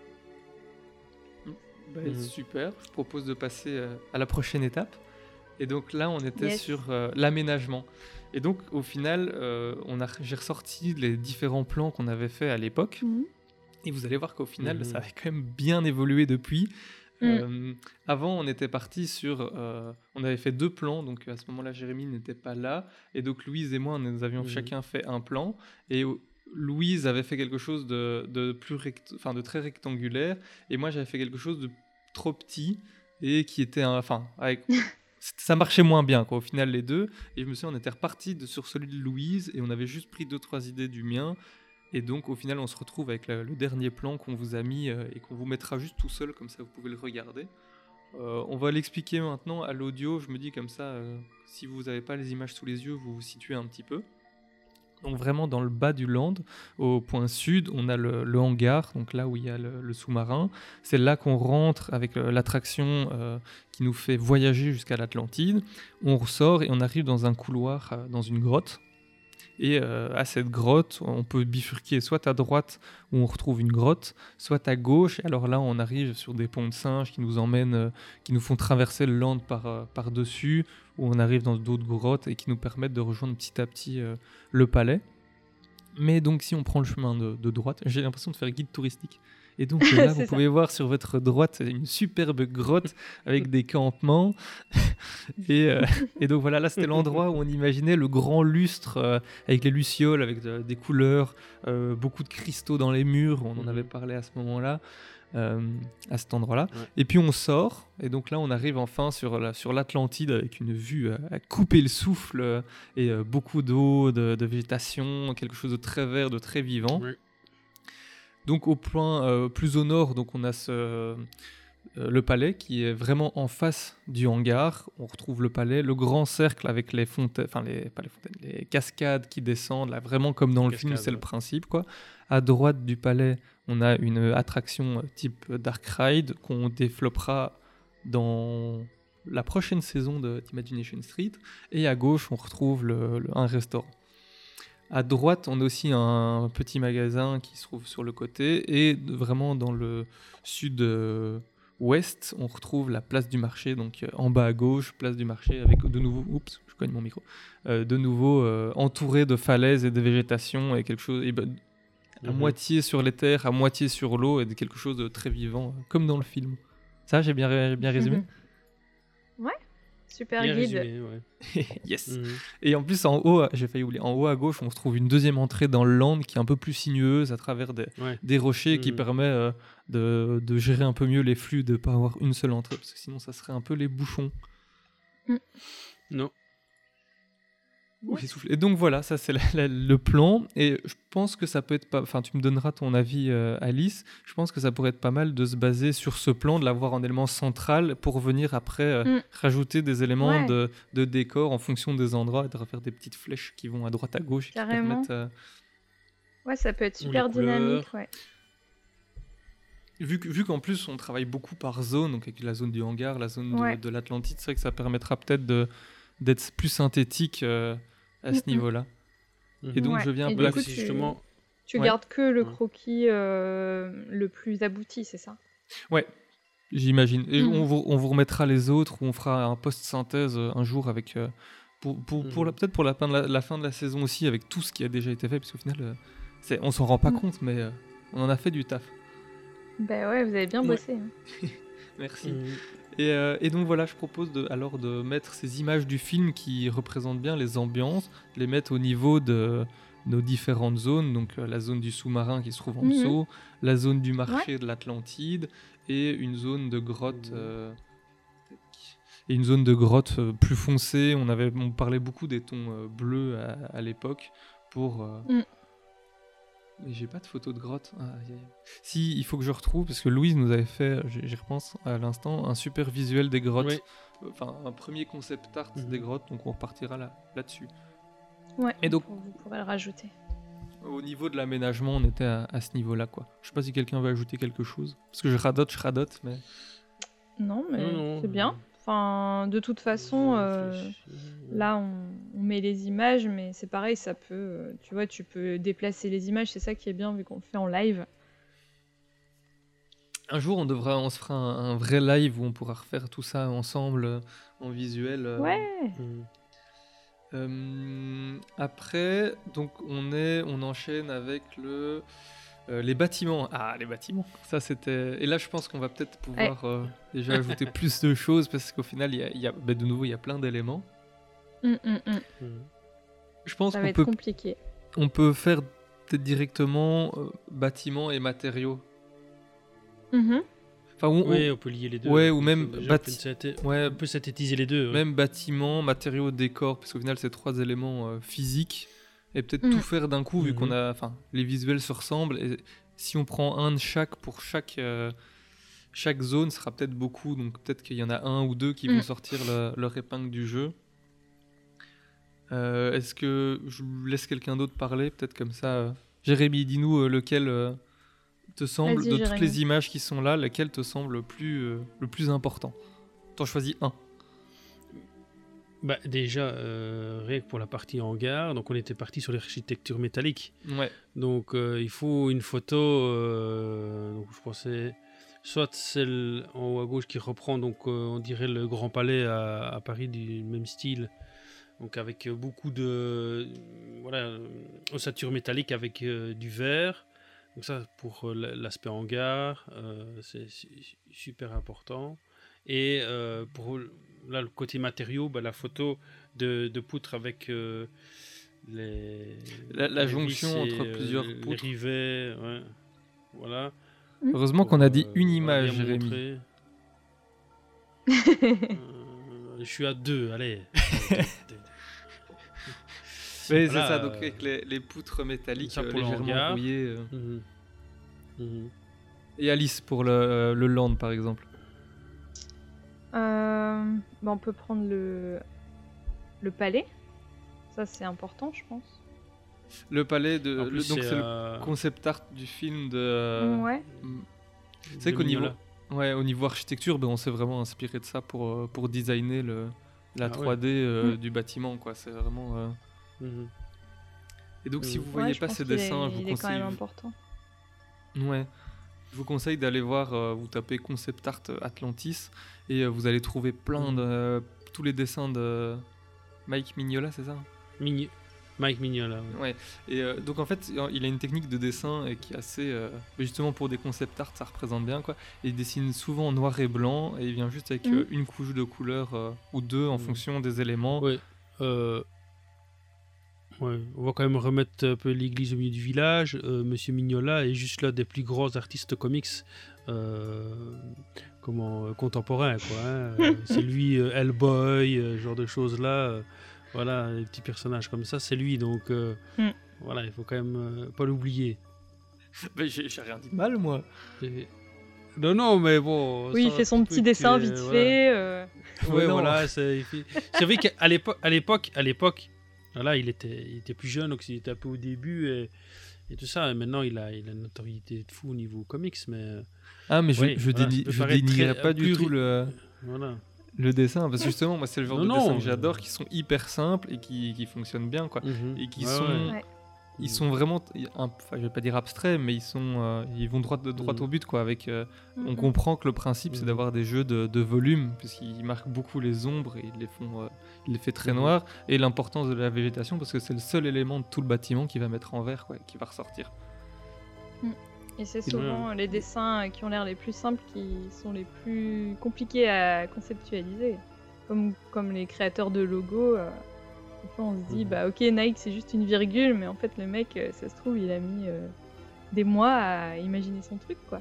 Bah, Mhm. Super, je propose de passer euh, à la prochaine étape. Et donc là, on était Yes. sur euh, l'aménagement. Et donc, au final, euh, on a, j'ai ressorti les différents plans qu'on avait fait à l'époque. Mhm. Et vous allez voir qu'au final, Mhm. ça avait quand même bien évolué depuis. Mm. Euh, avant, on était parti sur... euh, on avait fait deux plans, donc à ce moment-là, Jérémy n'était pas là. Et donc, Louise et moi, nous avions Mhm. chacun fait un plan. Et euh, Louise avait fait quelque chose de, de, plus rect- enfin, de très rectangulaire. Et moi, j'avais fait quelque chose de trop petit et qui était... un- Enfin, avec... ça marchait moins bien, quoi, au final, les deux. Et je me suis dit, on était reparti de, sur celui de Louise et on avait juste pris deux, trois idées du mien. Et donc, au final, on se retrouve avec le, le dernier plan qu'on vous a mis euh, et qu'on vous mettra juste tout seul, comme ça vous pouvez le regarder. Euh, on va l'expliquer maintenant à l'audio. Je me dis comme ça, euh, si vous n'avez pas les images sous les yeux, vous vous situez un petit peu. Donc vraiment dans le bas du land, au point sud, on a le, le hangar, donc là où il y a le, le sous-marin. C'est là qu'on rentre avec euh, l'attraction euh, qui nous fait voyager jusqu'à l'Atlantide. On ressort et on arrive dans un couloir, euh, dans une grotte. Et euh, à cette grotte, on peut bifurquer soit à droite où on retrouve une grotte, soit à gauche. Et alors là, on arrive sur des ponts de singes qui nous emmènent, euh, qui nous font traverser le land par, euh, par-dessus, où on arrive dans d'autres grottes et qui nous permettent de rejoindre petit à petit euh, le palais. Mais donc, si on prend le chemin de, de droite, j'ai l'impression de faire guide touristique. Et donc euh, là, C'est vous ça. pouvez voir sur votre droite une superbe grotte avec des campements. et, euh, et donc voilà, là, c'était l'endroit où on imaginait le grand lustre euh, avec les lucioles, avec de- des couleurs, euh, beaucoup de cristaux dans les murs. On en Mhm. avait parlé à ce moment-là, euh, à cet endroit-là. Ouais. Et puis on sort, et donc là, on arrive enfin sur, la, sur l'Atlantide avec une vue à, à couper le souffle euh, et euh, beaucoup d'eau, de, de végétation, quelque chose de très vert, de très vivant. Oui. Donc au point euh, plus au nord, donc on a ce, euh, le palais qui est vraiment en face du hangar. On retrouve le palais, le grand cercle avec les fontaines, enfin les, pas les fontaines, les cascades qui descendent, là vraiment comme dans le Cascade, film, c'est ouais. le principe quoi. À droite du palais, on a une attraction type Dark Ride qu'on développera dans la prochaine saison de d'Imagination Street. Et à gauche, on retrouve le, le- un restaurant. À droite, on a aussi un petit magasin qui se trouve sur le côté. Et de- vraiment dans le sud-ouest, on retrouve la place du marché. Donc euh, en bas à gauche, place du marché avec de nouveau, oups, je cogne mon micro, euh, de nouveau euh, entouré de falaises et de végétation et quelque chose, et ben, à Mhm. moitié sur les terres, à moitié sur l'eau et de quelque chose de très vivant, euh, comme dans le film. Ça, j'ai bien, ré- bien résumé. Super Bien guide. résumé, ouais. Yes. Mhm. Et en plus, en haut, j'ai failli oublier, en haut à gauche, on se trouve une deuxième entrée dans le land qui est un peu plus sinueuse à travers des, Ouais. des rochers qui Mhm. permet euh, de, de gérer un peu mieux les flux, de ne pas avoir une seule entrée, parce que sinon, ça serait un peu les bouchons. Non. Ouh, j'ai soufflé. Et donc voilà, ça c'est la- la- le plan. Et je pense que ça peut être pas. Enfin, tu me donneras ton avis, euh, Alice. Je pense que ça pourrait être pas mal de se baser sur ce plan, de l'avoir en élément central pour venir après euh, Mm. rajouter des éléments Ouais. de, de décor en fonction des endroits et de refaire des petites flèches qui vont à droite à gauche et qui Carrément. permettent. euh, Ouais, ça peut être Ou super les couleurs. dynamique, ouais. Vu, que- vu qu'en plus on travaille beaucoup par zone, donc avec la zone du hangar, la zone de, Ouais. de l'Atlantide, c'est vrai que ça permettra peut-être de, d'être plus synthétique euh, à ce Mm, mm. niveau-là. Et donc Ouais. je viens Et un du peu Là, coup, c'est tu- justement. Tu Ouais. gardes que le Ouais. croquis euh, le plus abouti, c'est ça? Ouais, j'imagine. Et Mhm. on, vous, on vous remettra les autres, ou on fera un post-synthèse euh, un jour avec. euh, pour, pour, pour la- Mhm. peut-être pour la fin, de la, la fin de la saison aussi, avec tout ce qui a déjà été fait, parce qu'au final, euh, c'est, on s'en rend pas Mhm. compte, mais euh, on en a fait du taf. Bah ouais, vous avez bien Ouais. bossé. hein. Merci. Mhm. Et, euh, et donc voilà, je propose de, alors de mettre ces images du film qui représentent bien les ambiances, de les mettre au niveau de nos différentes zones, donc euh, la zone du sous-marin qui se trouve en Mhm. dessous, la zone du marché de l'Atlantide et une zone de grotte. Mhm. euh, et une zone de grotte euh, plus foncée. On, avait, on parlait beaucoup des tons euh, bleus à, à l'époque pour. euh, Mm. Mais j'ai pas de photo de grotte. Ah, aïe, aïe. Si, il faut que je retrouve, parce que Louise nous avait fait, j'y j'y repense à l'instant, un super visuel des grottes. Oui. Enfin, un premier concept art Mhm. des grottes, donc on repartira là, là-dessus. Ouais. Et donc- Vous pourrez le rajouter. Au niveau de l'aménagement, on était à, à ce niveau-là, quoi. Je sais pas si quelqu'un veut ajouter quelque chose. Parce que je radote, je radote, mais... Non, mais Non, non, c'est non. bien. Enfin, de toute façon, Je euh, réfléchis. là, on, on met les images, mais c'est pareil, ça peut, euh, tu vois, tu peux déplacer les images. C'est ça qui est bien vu qu'on le fait en live. Un jour, on devra, on se fera un, un vrai live où on pourra refaire tout ça ensemble, euh, en visuel. euh. Ouais. Mhm. Euh, après, donc on est, on enchaîne avec le, euh, les bâtiments. Ah, les bâtiments. Ça c'était. Et là, je pense qu'on va peut-être pouvoir euh, déjà ajouter plus de choses parce qu'au final, il y a, il y a- bah, de nouveau, il y a plein d'éléments. Hum, hum, hum. Mhm. Je pense Ça va qu'on être peut, compliqué. on peut faire peut-être directement euh, bâtiments et matériaux. Mhm. Enfin, on- on- Oui, on peut lier les deux. Ouais, ou On même peut déjà bâti- synthé- ouais, On peut synthétiser les deux. ouais. même bâtiments, matériaux, décors, parce qu'au final, c'est trois éléments euh, physiques. Et peut-être Mhm. tout faire d'un coup, vu Mhm. qu'on a. Enfin, les visuels se ressemblent. Et si on prend un de chaque pour chaque. euh, chaque zone sera peut-être beaucoup, donc peut-être qu'il y en a un ou deux qui vont Mhm. sortir le- leur épingle du jeu. Euh, Est-ce que je laisse quelqu'un d'autre parler, peut-être comme ça euh, Jérémy, dis-nous euh, lequel euh, te semble, Vas-y, de toutes Jérémy. les images qui sont là, lequel te semble le plus, euh, le plus important. T'en choisis un. Bah, déjà, euh, rien que pour la partie hangar, donc on était parti sur l'architecture métallique. Ouais. Donc euh, il faut une photo, euh, donc je pensais soit celle en haut à gauche qui reprend, donc euh, on dirait le Grand Palais à, à Paris du même style, donc avec euh, beaucoup de voilà euh, ossature métallique avec euh, du verre. Donc ça pour euh, l- l'aspect hangar, euh, c'est c'est super important. Et euh, pour là le côté matériaux, bah, la photo de, de poutre avec euh, les La- la les jonction vis et, entre plusieurs les poutres. rivets, ouais. Voilà. Heureusement Pour, qu'on a dit euh, une voilà, image, bien Jérémy. montrer. Euh, je suis à deux, allez. Mais Voilà, c'est ça, donc euh, avec les, les poutres métalliques ça euh, pour le légèrement hangar. rouillées. euh. Mhm. Mhm. Et Alice pour le, le land, par exemple. Euh, bah, on peut prendre le, le palais. Ça, c'est important, je pense. Le palais de. En le- plus, donc, c'est, c'est euh, le concept art du film de. euh, Ouais. mm. C'est de qu'au niveau, Mignola. ouais, au niveau architecture, ben, on s'est vraiment inspiré de ça pour, euh, pour designer le, la Ah ouais. trois D euh, Mm. du bâtiment, quoi. C'est vraiment. euh, Mhm. Et donc, si Mm. vous Ouais, voyez je pas pense ces qu'il est- dessins, je vous il est quand conseille. même important. Ouais. Je vous conseille d'aller voir, euh, vous tapez Concept Art Atlantis et euh, vous allez trouver plein Mhm. de. euh, tous les dessins de Mike Mignola, c'est ça? Mign- Mike Mignola. ouais. Ouais. Et euh, donc en fait, il a une technique de dessin euh, qui est assez. euh, mais justement pour des concept art, ça représente bien quoi. Et il dessine souvent en noir et blanc et il vient juste avec Mhm. euh, une couche de couleur euh, ou deux en Mhm. fonction des éléments. Ouais, euh, ouais, on va quand même remettre un peu l'église au milieu du village. Euh, Monsieur Mignola est juste l'un des plus grands artistes comics euh, comment, euh, contemporains. Quoi, hein. Euh, c'est lui, euh, Hellboy, euh, ce genre de choses-là. euh, voilà, les petits personnages comme ça, c'est lui. Donc euh, Mm. voilà, il faut quand même euh, pas l'oublier. Mais j'ai j'ai rien dit de mal moi. Et- Non, non, mais bon. Oui, il ça, fait un son petit petit peu dessin que, vite voilà. fait. euh, Ouais, Ouais, non. voilà, c'est il fait- c'est vrai qu'à l'époque, à l'époque, à l'époque, voilà, il était, il était plus jeune, donc il était un peu au début et, et tout ça. Et maintenant, il a, il a une notoriété de fou au niveau comics, mais euh, Ah mais je, Oui, je, voilà, dénie- ça peut je paraître dénigrerais très- pas du plus tout ri- le, voilà. le dessin parce que justement moi c'est le genre Non, de non, dessin que euh, j'adore qui sont hyper simples et qui, qui fonctionnent bien quoi. Mhm. Et qui Ouais, sont ouais. Ouais. ils sont vraiment un- enfin je vais pas dire abstraits mais ils sont euh, ils vont droit de droit Mhm. au but quoi avec euh, on Mhm. comprend que le principe c'est Mhm. d'avoir des jeux de, de volume puisqu'ils marquent beaucoup les ombres et il les font euh, il les fait très Mhm. noirs et l'importance de la végétation parce que c'est le seul élément de tout le bâtiment qui va mettre en vert quoi qui va ressortir. Et c'est Ouais. souvent les dessins qui ont l'air les plus simples qui sont les plus compliqués à conceptualiser. Comme, comme les créateurs de logos. euh, Des fois, on se dit, Mhm. bah ok, Nike c'est juste une virgule, mais en fait, le mec, euh, ça se trouve, il a mis euh, des mois à imaginer son truc, quoi.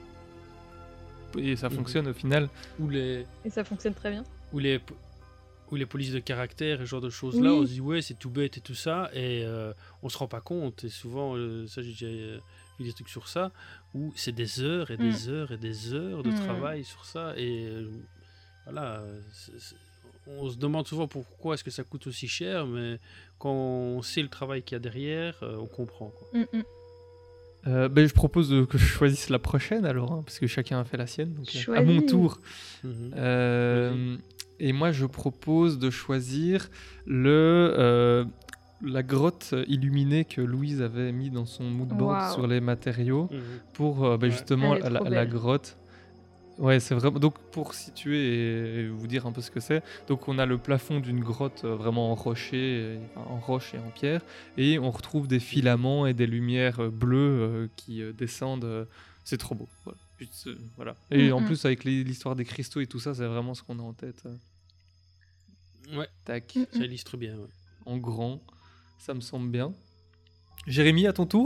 Et ça Mhm. fonctionne au final. Ou les, Et ça fonctionne très bien. ou les, ou les polices de caractère et ce genre de choses-là, Oui. on se dit ouais, c'est tout bête et tout ça, et euh, on se rend pas compte. Et souvent, euh, ça j'ai déjà euh, vu des trucs sur ça, où c'est des heures et des heures et des heures de Mm. travail sur ça, et euh, voilà. euh, c'est- c'est- on se demande souvent pourquoi est-ce que ça coûte aussi cher, mais quand on sait le travail qu'il y a derrière, euh, on comprend. Quoi. Mm, mm. Euh, ben, je propose de- que je choisisse la prochaine alors, hein, parce que chacun a fait la sienne. Donc, euh, à mon Choisis. tour. Mhm. Euh, et moi, je propose de choisir le, euh, la grotte illuminée que Louise avait mis dans son moodboard Waouh. sur les matériaux Mhm. pour euh, ben, Ouais. justement Elle est la, trop la belle. grotte. Ouais, c'est vraiment. Donc, pour situer et vous dire un peu ce que c'est, donc on a le plafond d'une grotte euh, vraiment en rocher, et- enfin, en roche et en pierre, et on retrouve des filaments et des lumières euh, bleues euh, qui euh, descendent. euh, c'est trop beau. Voilà. Juste, euh, voilà. Et en Mhm. plus, avec les- l'histoire des cristaux et tout ça, c'est vraiment ce qu'on a en tête. euh. Ouais, Tac, Mhm. ça illustre bien. ouais. en grand, ça me semble bien. Jérémy, à ton tour.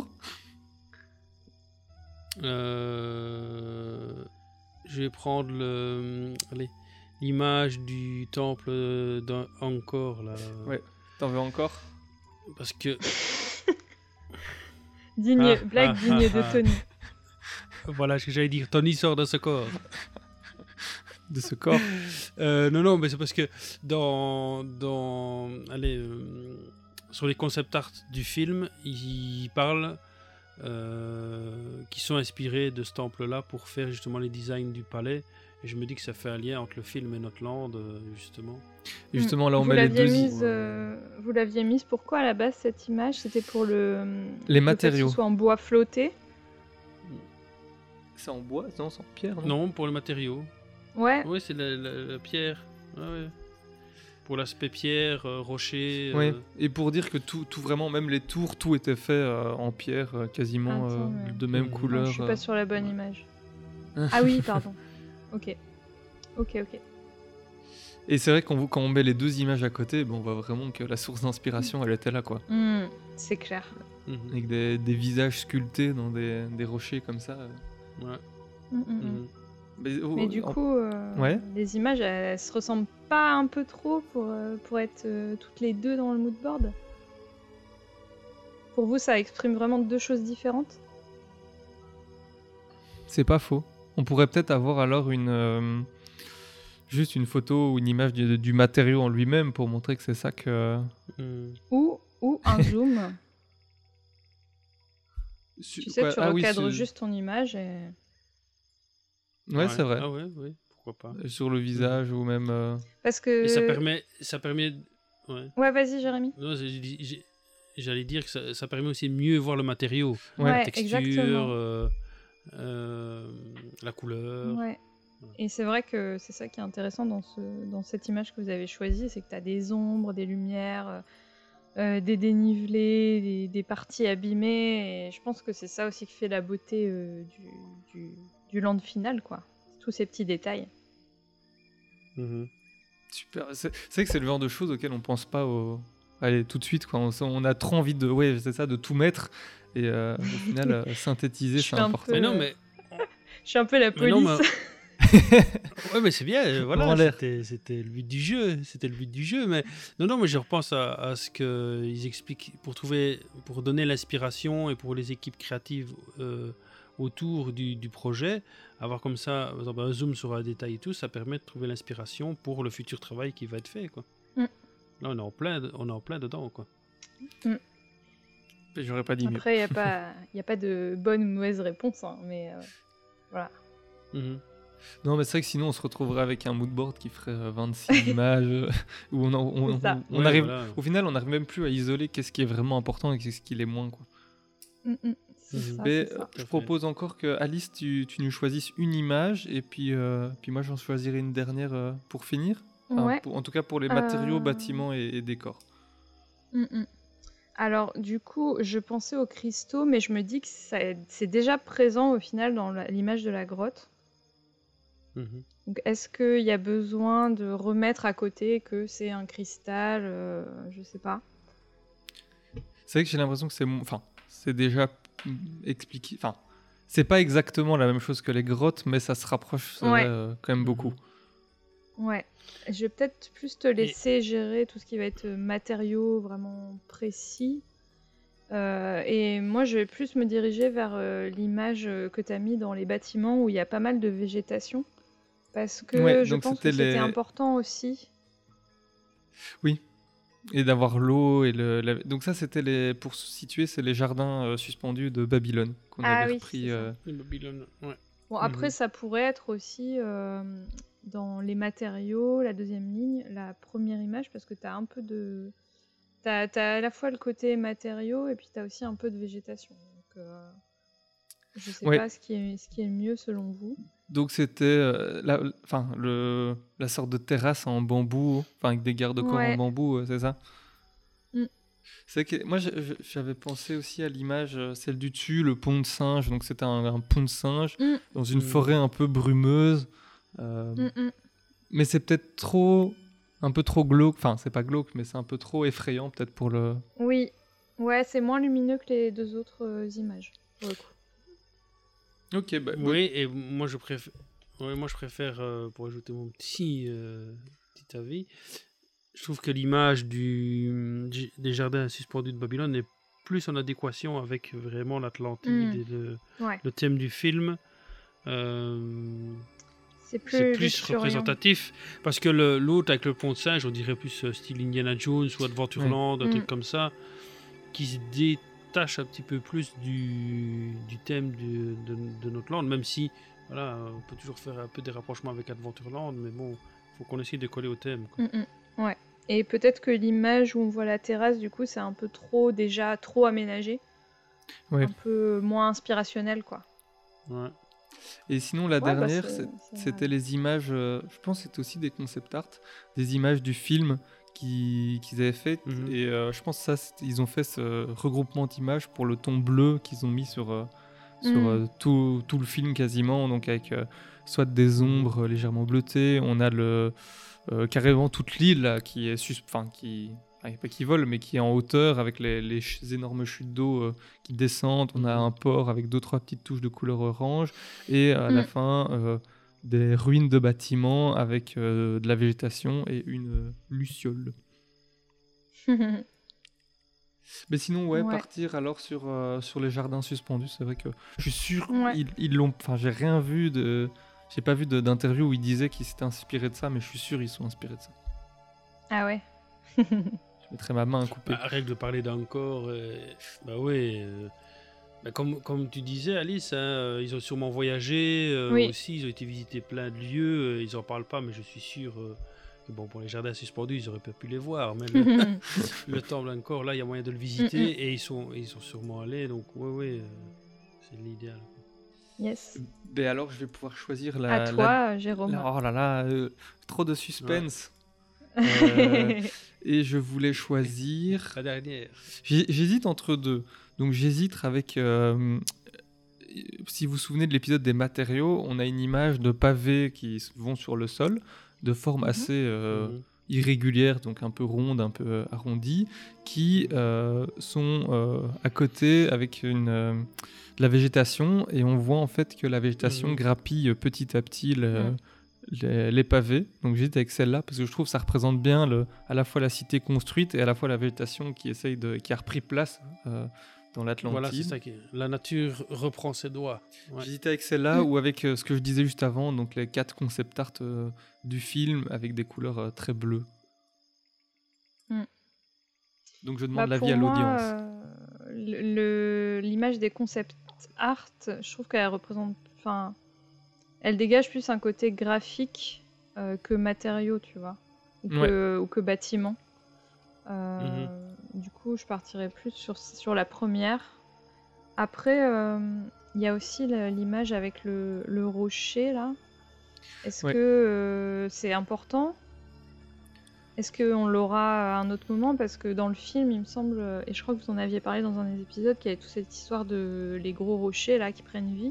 Euh, Je vais prendre le, allez, l'image du temple d'Angkor là. Ouais. T'en veux encore? Parce que Digne, Ah, blague ah, digne ah, de ah. Tony. voilà ce que j'allais dire. Tony sort de ce corps. De ce corps. Euh, non, non, mais c'est parce que dans, dans, allez, euh, sur les concept art du film, ils parlent euh, qui sont inspirés de ce temple-là pour faire justement les designs du palais. Et je me dis que ça fait un lien entre le film et notre land, euh, justement. Et justement, là, on vous met les l'aviez deux. mise, euh, vous l'aviez mise pourquoi à la base cette image? C'était pour le Les le fait matériaux. que ce soit en bois flotté. C'est en bois? Non, c'est en pierre. Non, Non, pour le matériau. Ouais. Oui, c'est la, la- la pierre. Ouais, ouais. Pour l'aspect pierre, euh, rocher. Ouais. euh, Et pour dire que tout, tout vraiment, même les tours, tout était fait euh, en pierre, euh, quasiment euh, Attends, mais- de même Mhm. Non, couleur. je suis euh. pas sur la bonne image. Ah oui, pardon. Ok. Ok, ok. Et c'est vrai qu'on quand on met les deux images à côté, ben, on voit vraiment que la source d'inspiration, elle était là, quoi. Hmm, c'est clair. mhm, Avec des, des visages sculptés dans des, des rochers comme ça. euh. ouais, Hmm, hmm, hmm. mhm. Mais, oh, Mais du en- coup, euh, Ouais. les images, elles, elles se ressemblent pas un peu trop pour, euh, pour être euh, toutes les deux dans le moodboard? Pour vous, ça exprime vraiment deux choses différentes? C'est pas faux. On pourrait peut-être avoir alors une euh, juste une photo ou une image du, du matériau en lui-même pour montrer que c'est ça que. Hmm. Ou, ou un zoom. Su- Tu sais, quoi- tu ah oui, recadres su- juste ton image et... Ouais, c'est vrai. Ah ouais, ouais, pourquoi pas. Euh, Sur le visage ou même. euh, Parce que... Et ça permet, ça permet, ouais. Ouais, vas-y, Jérémy. Non, j'ai- j'ai- j'ai- j'allais dire que ça, ça permet aussi de mieux voir le matériau, Ouais, la Ouais, texture, exactement. euh, euh, la couleur. Ouais. Et c'est vrai que c'est ça qui est intéressant dans, ce, dans cette image que vous avez choisie, c'est que tu as des ombres, des lumières, euh, euh, des dénivelés, des, des parties abîmées. Et je pense que c'est ça aussi qui fait la beauté euh, du, du, du land final, quoi. Tous ces petits détails. Mhm. Super. C'est c'est vrai que c'est le genre de choses auxquelles on pense pas au... Allez, tout de suite, quoi. On, on a trop envie de, ouais, c'est ça, de tout mettre et euh, au final euh, synthétiser, Je c'est suis un important. peu- Mais non, mais Je suis un peu la Mais police. non, mais- ouais, mais c'est bien. euh, En Voilà, l'air. c'était c'était le but du jeu. C'était le but du jeu. Mais non, non, mais je repense à, à ce que ils expliquent pour trouver, pour donner l'inspiration et pour les équipes créatives euh, autour du, du projet, avoir comme ça, par exemple, un zoom sur un détail et tout, ça permet de trouver l'inspiration pour le futur travail qui va être fait, quoi. Mm. Là, on est en plein, de- on est en plein dedans, quoi. J'aurais pas dit mieux. Après, il n'y a, pas- y a pas de bonne ou mauvaise réponse, hein, mais euh, voilà. Mhm. Non, mais c'est vrai que sinon on se retrouverait avec un moodboard qui ferait euh, vingt-six images euh, où on, en- on, C'est ça. on- on Ouais, arrive. voilà. Au final, on n'arrive même plus à isoler qu'est-ce qui est vraiment important et qu'est-ce qui l'est moins, quoi. Mm, mm, c'est Mhm. ça, Mais c'est euh, ça. je fait. propose encore que Alice, tu, tu nous choisisses une image et puis, euh, puis moi j'en choisirai une dernière euh, pour finir. Enfin, Ouais. pour- en tout cas pour les matériaux, Euh, bâtiments et, et décors. Mm, mm. Alors, du coup, je pensais aux cristaux, mais je me dis que ça- c'est déjà présent au final dans la- l'image de la grotte. Mhm. Donc, est-ce qu'il y a besoin de remettre à côté que c'est un cristal euh, Je sais pas. C'est vrai que j'ai l'impression que c'est, mon- enfin, c'est déjà mm, expliqué. Enfin, c'est pas exactement la même chose que les grottes, mais ça se rapproche c'est Ouais. vrai, euh, quand même beaucoup. Ouais. Je vais peut-être plus te laisser gérer tout ce qui va être matériaux vraiment précis. Euh, et moi, je vais plus me diriger vers euh, l'image euh, que tu as mis dans les bâtiments où il y a pas mal de végétation. Parce que Ouais, je donc pense que c'était c'était les- important aussi. Oui. Et d'avoir l'eau et le. la- Donc ça, c'était les. Pour se situer, c'est les jardins euh, suspendus de Babylone qu'on Ah avait oui, repris. c'est ça. euh, Et Babylone, ouais. Bon, après, Mhm. ça pourrait être aussi euh, dans les matériaux, la deuxième ligne, la première image, parce que tu as un peu de. Tu as, à la fois le côté matériaux et puis tu as aussi un peu de végétation. Donc, euh, je sais Ouais. pas ce qui, est, ce qui est le mieux selon vous. Donc c'était euh, la, enfin, le, la sorte de terrasse en bambou, enfin avec des garde-corps Ouais. en bambou, euh, c'est ça. Mm. C'est que moi je- je- j'avais pensé aussi à l'image, euh, celle du dessus, le pont de singe. Donc c'était un, un pont de singe Mm. dans une Mm. forêt un peu brumeuse. euh, Mm, mm. Mais c'est peut-être trop, un peu trop glauque. Enfin c'est pas glauque, mais c'est un peu trop effrayant peut-être pour le. Oui, ouais, c'est moins lumineux que les deux autres euh, images. Pour le coup. Ok, bah, Oui, et moi je préfère, ouais, moi je préfère euh, pour ajouter mon petit, euh, petit avis, je trouve que l'image du, du- des jardins suspendus de Babylone est plus en adéquation avec vraiment l'Atlantide Mm. et le, Ouais, le thème du film. Euh, c'est plus, c'est plus luxuriant. représentatif parce que le- l'autre avec le pont de singe, on dirait plus euh, style Indiana Jones ou Adventureland, un Mm. truc comme ça, qui se détache un petit peu plus du, du thème du- de, de notre land, même si voilà, on peut toujours faire un peu des rapprochements avec Adventureland, mais bon, faut qu'on essaye de coller au thème, quoi. Mm, mm. Ouais. Et peut-être que l'image où on voit la terrasse, du coup, c'est un peu trop, déjà trop aménagé. Ouais. Un peu moins inspirationnel, quoi. Ouais. Et sinon, la Ouais, bah, dernière, c'est- c'est- c'est c'était vrai. les images, euh, je pense que c'était aussi des concept art, des images du film qui- qu'ils avaient fait. Mhm. Et euh, je pense que ça, c'est- ils ont fait ce regroupement d'images pour le ton bleu qu'ils ont mis sur, euh, sur Mhm. euh, tout, tout le film quasiment. Donc avec euh, soit des ombres euh, légèrement bleutées, on a le, euh, carrément toute l'île là, qui est sus- enfin, qui ah, pas qui vole, mais qui est en hauteur avec les, les ch- énormes chutes d'eau euh, qui descendent. On a Mhm. un port avec deux trois petites touches de couleur orange et à la Mm. fin euh, des ruines de bâtiments avec euh, de la végétation et une euh, luciole. Mais sinon, ouais, Ouais. partir alors sur, euh, sur les jardins suspendus, c'est vrai que je suis sûr Ouais. ils ils l'ont. Enfin, j'ai rien vu de. J'ai pas vu de- d'interview où ils disaient qu'ils s'étaient inspirés de ça, mais je suis sûr ils sont inspirés de ça. Ah ouais. Je mettrais ma main à couper. Bah, règle de parler d'encore, euh, bah ouais. euh, bah, comme, comme tu disais, Alice, hein, euh, ils ont sûrement voyagé euh, Oui. aussi, ils ont été visiter plein de lieux, euh, ils en parlent pas, mais je suis sûr euh, que bon, pour les jardins suspendus, ils auraient pas pu les voir. Mais le, le temple encore, là, il y a moyen de le visiter Mm, mm. et ils sont, ils sont sûrement allés, donc ouais, ouais, euh, c'est l'idéal. Yes. Ben alors, je vais pouvoir choisir la. À la- toi, Jérôme. la- oh là là, euh, trop de suspense. Euh, et je voulais choisir. La dernière. J'ai- J'hésite entre deux. Donc j'hésite avec. euh, si vous vous souvenez de l'épisode des matériaux, on a une image de pavés qui s- vont sur le sol, de forme assez euh, Mhm. irrégulière, donc un peu ronde, un peu euh, arrondie, qui euh, sont euh, à côté avec une, euh, de la végétation, et on voit en fait que la végétation Mhm. grappille petit à petit le- Mhm. les, les pavés. Donc j'hésite avec celle-là parce que je trouve que ça représente bien le, à la fois la cité construite et à la fois la végétation qui essaye de, qui a repris place euh, dans l'Atlantide. Voilà, c'est ça qui est. La nature reprend ses doigts. Ouais. J'hésitais avec celle-là ou avec euh, ce que je disais juste avant, donc les quatre concept art euh, du film avec des couleurs euh, très bleues. Mm. Donc je demande Bah, l'avis pour à moi, l'audience. euh, le- le- l'image des concept art, je trouve qu'elle représente, enfin, elle dégage plus un côté graphique euh, que matériaux, tu vois, ou que, ou que bâtiment. Euh, Du coup, je partirais plus sur, sur la première. Après, euh, il y a aussi la- l'image avec le, le rocher, là. Est-ce Ouais. que euh, c'est important? Est-ce qu'on l'aura à un autre moment? Parce que dans le film, il me semble, et je crois que vous en aviez parlé dans un des épisodes, qu'il y avait toute cette histoire de les gros rochers, là, qui prennent vie.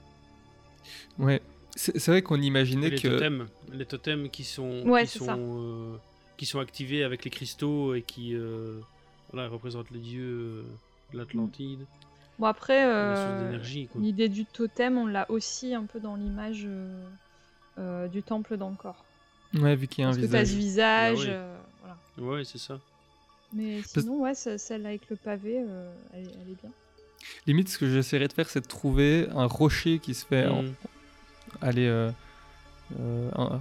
Ouais, c'est c'est vrai qu'on imaginait les que. totems, les totems qui sont, Ouais, qui c'est sont, ça. euh, qui sont activés avec les cristaux et qui euh, voilà, représentent les dieux euh, de l'Atlantide. Bon, après, Les euh, sources d'énergie, quoi. l'idée du totem, on l'a aussi un peu dans l'image euh, euh, du temple d'Angkor. Ouais, vu qu'il y a un Parce que t'as ce visage. visage, Bah oui. euh, voilà. Ouais, c'est ça. Mais sinon, ouais, ce- celle avec le pavé, euh, elle, est- elle est bien. Limite, ce que j'essaierais de faire, c'est de trouver un rocher qui se fait. en- Mhm. Allez, euh, euh, un,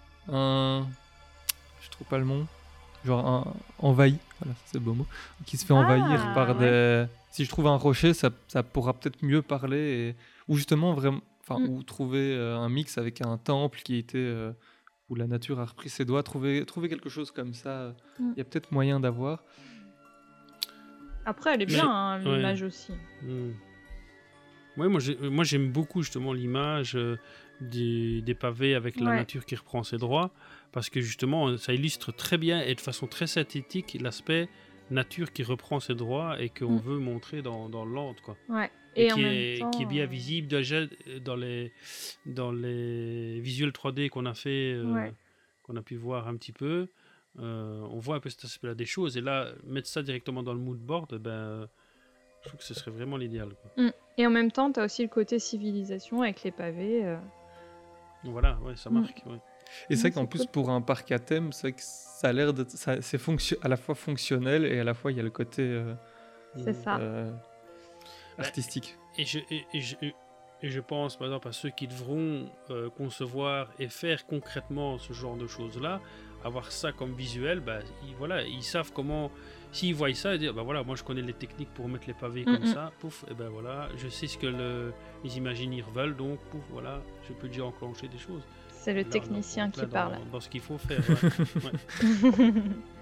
un- Je trouve pas le mot. Genre un envahi. Voilà, c'est le beau mot. Qui se fait envahir Ah, par ouais. des. Si je trouve un rocher, ça, ça pourra peut-être mieux parler. Et... Ou justement, vraiment. Enfin, Mm. ou trouver euh, un mix avec un temple qui était. euh, où la nature a repris ses doigts. Trouver, trouver quelque chose comme ça. euh, Il Mm. y a peut-être moyen d'avoir. Après, elle est Mais- bien, hein, ouais. l'image aussi. Hmm. Ouais, moi, j'ai- moi j'aime beaucoup justement l'image euh, des, des pavés avec la Ouais. nature qui reprend ses droits, parce que justement ça illustre très bien et de façon très synthétique l'aspect nature qui reprend ses droits et qu'on Mm. veut montrer dans, dans Land, quoi. Ouais. Et, Et, en qui, même est, temps, qui est bien euh, visible déjà euh, dans les, dans les visuels trois D qu'on a fait, euh, Ouais. qu'on a pu voir un petit peu. Euh, on voit un peu cet aspect-là des choses, et là, mettre ça directement dans le mood board, ben, je trouve que ce serait vraiment l'idéal, quoi. Mm. Et en même temps, t'as aussi le côté civilisation avec les pavés. euh. Voilà, ouais, ça Mm. marque. Ouais. Et c'est Ouais, vrai qu'en c'est plus, cool. pour un parc à thème, c'est vrai que ça a l'air d'être. ça- C'est fonction... à la fois fonctionnel et à la fois il y a le côté euh, C'est ça. euh, artistique. Et je, et, et je, et je pense, par exemple, à ceux qui devront euh, concevoir et faire concrètement ce genre de choses-là, avoir ça comme visuel, bah, ils, voilà, ils savent comment. S'ils voient ça, ils disent, bah voilà, moi je connais les techniques pour mettre les pavés comme Mm-mm. ça, pouf, et ben voilà, je sais ce que le, les imaginaires veulent, donc pouf, voilà, je peux déjà enclencher des choses. C'est le Là, on est technicien en qui plein parle. Dans, dans ce qu'il faut faire. Ouais. Ouais,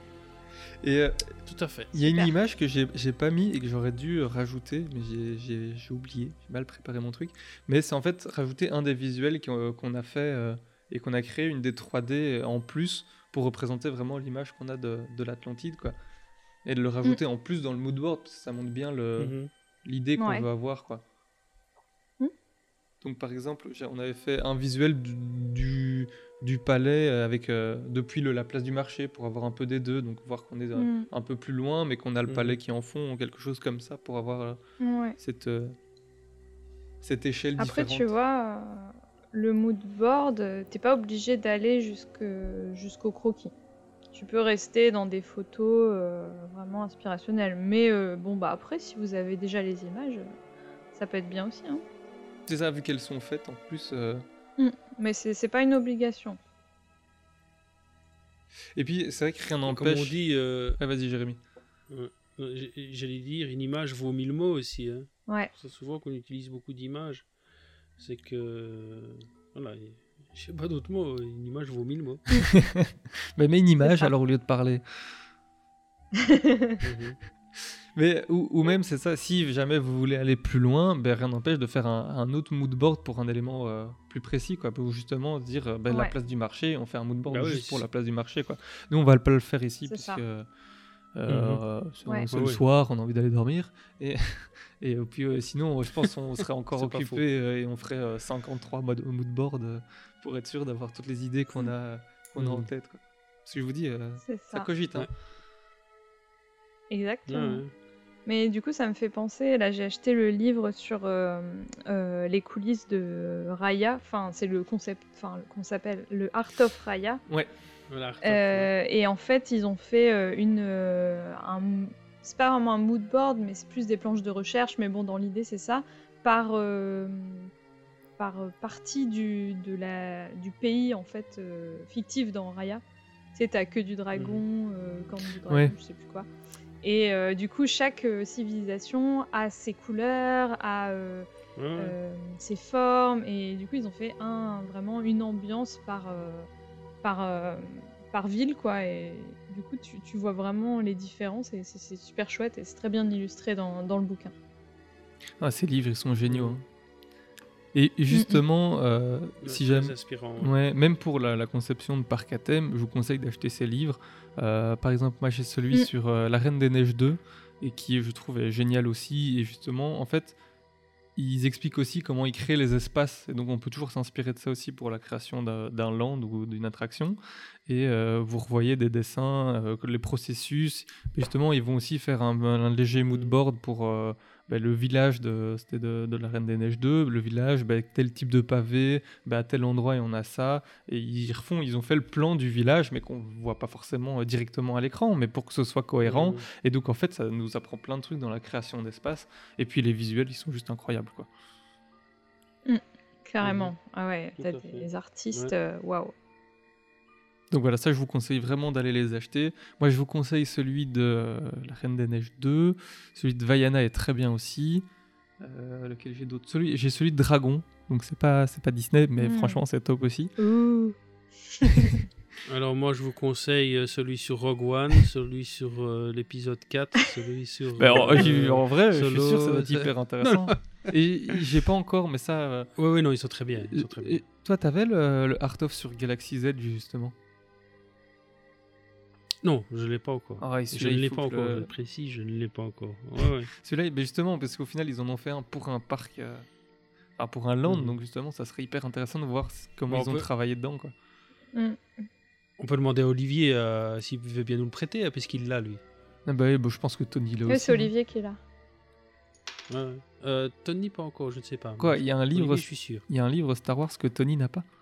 Et euh, tout à fait. il y a une Super. image que j'ai j'ai pas mis et que j'aurais dû euh, rajouter, mais j'ai- j'ai j'ai oublié, j'ai mal préparé mon truc. Mais c'est en fait rajouter un des visuels qu'on qu'on a fait euh, et qu'on a créé, une des trois D en plus pour représenter vraiment l'image qu'on a de, de l'Atlantide, quoi. Et de le rajouter en plus dans le mood board, parce que ça montre bien le, Mhm. l'idée qu'on Ouais. veut avoir, quoi. Hmm. Donc par exemple, j'ai- on avait fait un visuel du, du, du palais euh, avec euh, depuis le, la place du marché pour avoir un peu des deux, donc voir qu'on est euh, Mm. un peu plus loin, mais qu'on a le Mhm. palais qui est en fond, ou quelque chose comme ça, pour avoir euh, Ouais. cette, euh, cette échelle Après, différente. tu vois, euh, le mood board, euh, t'es pas obligé d'aller jusque- jusqu'au croquis. tu peux rester dans des photos euh, vraiment inspirationnelles. Mais euh, bon, bah après, si vous avez déjà les images, euh, ça peut être bien aussi. Hein. C'est ça, vu qu'elles sont faites en plus. euh, Mm. Mais c'est c'est pas une obligation. Et puis, c'est vrai que rien Comme on n'empêche. dit, euh, Ah, vas-y, Jérémy. euh, euh, j- j'allais dire, une image vaut mille mots aussi. Hein. Ouais. C'est souvent qu'on utilise beaucoup d'images. C'est que. Voilà, y- je sais pas d'autres mots. Une image vaut mille mots. Mais mets une image ça. alors au lieu de parler. Mhm. Mais, ou, ou même, c'est ça, si jamais vous voulez aller plus loin, ben, rien n'empêche de faire un, un autre mood board pour un élément euh, plus précis, quoi. Pour justement dire euh, ben, la Ouais. place du marché, on fait un mood board Bah oui, juste pour c'est- la place du marché, quoi. Nous, on va pas le faire ici, C'est puisque ça. euh, euh, c'est Ouais. c'est Ouais, le ouais. soir, on a envie d'aller dormir. Et, et euh, puis, euh, sinon, je pense qu'on serait encore C'est pas faux. occupé euh, et on ferait euh, cinquante-trois mood, mood board euh, pour être sûr d'avoir toutes les idées qu'on a, qu'on a en Mhm. tête, quoi. Parce que je vous dis, euh, C'est ça ça. cogite, hein. Ouais. Exactement. Ouais, ouais. Mais du coup, ça me fait penser, là j'ai acheté le livre sur euh, euh, les coulisses de Raya, enfin c'est le concept, enfin qu'on s'appelle le Art of Raya. Ouais. Voilà, Arthur, Euh, et en fait, ils ont fait euh, une, euh, un, c'est pas vraiment un mood board, mais c'est plus des planches de recherche. Mais bon, dans l'idée, c'est ça, par euh, par euh, partie du de la du pays en fait euh, fictif dans Raya. Tu sais, t'as que du dragon, euh, corne du dragon, Ouais. je sais plus quoi. Et euh, du coup, chaque euh, civilisation a ses couleurs, a euh, ouais. Ouais, ouais. euh, ses formes, et du coup, ils ont fait un, vraiment une ambiance par, euh, par, euh, par ville, quoi. Et du coup, tu, tu vois vraiment les différences, et c'est c'est super chouette, et c'est très bien illustré dans, dans le bouquin. Ah, ces livres, ils sont géniaux, hein. Et et justement, euh, Ouais, si très jamais, inspirant. Ouais. ouais, même pour la, la conception de parcs à thème, je vous conseille d'acheter ces livres. Euh, par exemple, moi j'ai celui Mm. sur euh, La Reine des Neiges deux, et qui je trouve est génial aussi. Et justement, en fait, ils expliquent aussi comment ils créent les espaces. Et donc on peut toujours s'inspirer de ça aussi pour la création d'un d'un land ou d'une attraction. Et euh, vous revoyez des dessins, euh, les processus. Et justement, ils vont aussi faire un, un léger mood board pour euh, bah, le village de, c'était de, de la Reine des Neiges deux. Le village, bah, tel type de pavé, bah, à tel endroit, et on a ça. Et ils refont, ils ont fait le plan du village, mais qu'on ne voit pas forcément euh, directement à l'écran, mais pour que ce soit cohérent. Mhm. Et donc, en fait, ça nous apprend plein de trucs dans la création d'espace. Et puis, les visuels, ils sont juste incroyables, quoi. Carrément. Ah ouais, Tout t'as à fait. des artistes, Ouais. euh, waouh. Donc voilà, ça je vous conseille vraiment d'aller les acheter. Moi je vous conseille celui de euh, La Reine des Neiges deux, celui de Vaiana est très bien aussi. Euh, lequel j'ai d'autres celui, J'ai celui de Dragon, donc c'est pas, c'est pas Disney, mais Mm. franchement c'est top aussi. Ouh. Alors moi je vous conseille euh, celui sur Rogue One, celui sur euh, l'épisode quatre, celui sur... Ben, en, euh, j'ai- en vrai, je suis Solo, sûr que ça va être ça- hyper intéressant. Et j'ai pas encore, mais ça... euh, Ouais, ouais, non, ils sont très bien. Ils sont très bien. et toi t'avais le, le Art of sur Galaxy Z justement. Non, je l'ai pas encore. Ah, et je celui-là, ne il l'ai faut pas que encore, le- je le précise, je ne l'ai pas encore. Ouais, ouais. Celui-là, ben justement, parce qu'au final, ils en ont fait un pour un parc, euh, enfin pour un land, Mhm. donc justement, ça serait hyper intéressant de voir c- comment Bon, ils on ont peut- travaillé dedans, quoi. Mm. On peut demander à Olivier euh, s'il veut bien nous le prêter, hein, puisqu'il l'a lui. Ah bah oui, bah, je pense que Tony l'a Ouais, aussi. c'est hein. Olivier qui est là. Ouais, ouais. Euh, Tony pas encore, je ne sais pas. Quoi, il y a un livre, Olivier, je suis sûr. il y a un livre Star Wars que Tony n'a pas.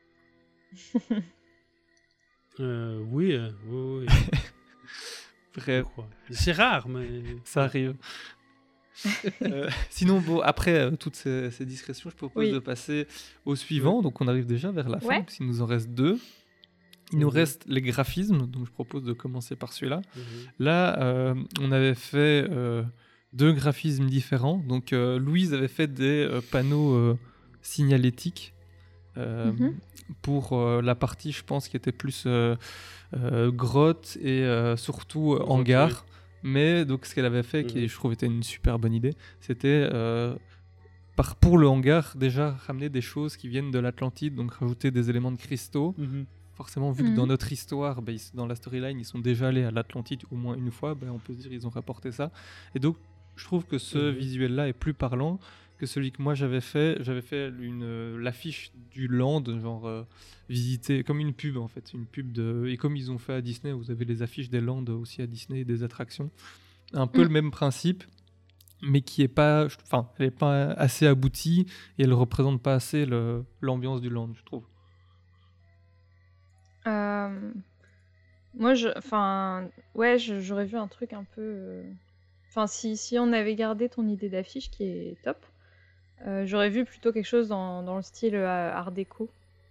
Euh, oui, euh, oui, oui, je Bref, crois. C'est rare, mais... ça arrive. Euh, sinon, bon, après euh, toutes ces, ces discrétions, je propose Oui. de passer au suivant. Donc, on arrive déjà vers la fin, Ouais. parce qu'il nous en reste deux. Il nous Mhm. reste les graphismes, donc je propose de commencer par celui-là. Mhm. Là, euh, on avait fait euh, deux graphismes différents. Donc, euh, Louise avait fait des euh, panneaux euh, signalétiques euh, Mhm. pour euh, la partie, je pense, qui était plus euh, euh, grotte et euh, surtout euh, Grotte, hangar. Mais donc, ce qu'elle avait fait, qui Mhm. je trouve était une super bonne idée, c'était euh, par, pour le hangar, déjà ramener des choses qui viennent de l'Atlantide, donc rajouter des éléments de cristaux. Mhm. Forcément, vu que Mhm. dans notre histoire, bah, ils- dans la storyline, ils sont déjà allés à l'Atlantide au moins une fois, bah, on peut se dire qu'ils ont rapporté ça. Et donc, je trouve que ce Mhm. visuel-là est plus parlant que celui que moi j'avais fait. J'avais fait une, euh, l'affiche du land, genre euh, visiter, comme une pub en fait, une pub de. Et comme ils ont fait à Disney, vous avez les affiches des lands aussi à Disney et des attractions. Un peu Mm. le même principe, mais qui est pas, enfin, elle est pas assez aboutie et elle représente pas assez le- l'ambiance du land, je trouve. Euh, Moi, je, enfin, ouais, je- j'aurais vu un truc un peu. euh, Enfin, si, si on avait gardé ton idée d'affiche qui est top, euh, j'aurais vu plutôt quelque chose dans, dans le style euh, art déco.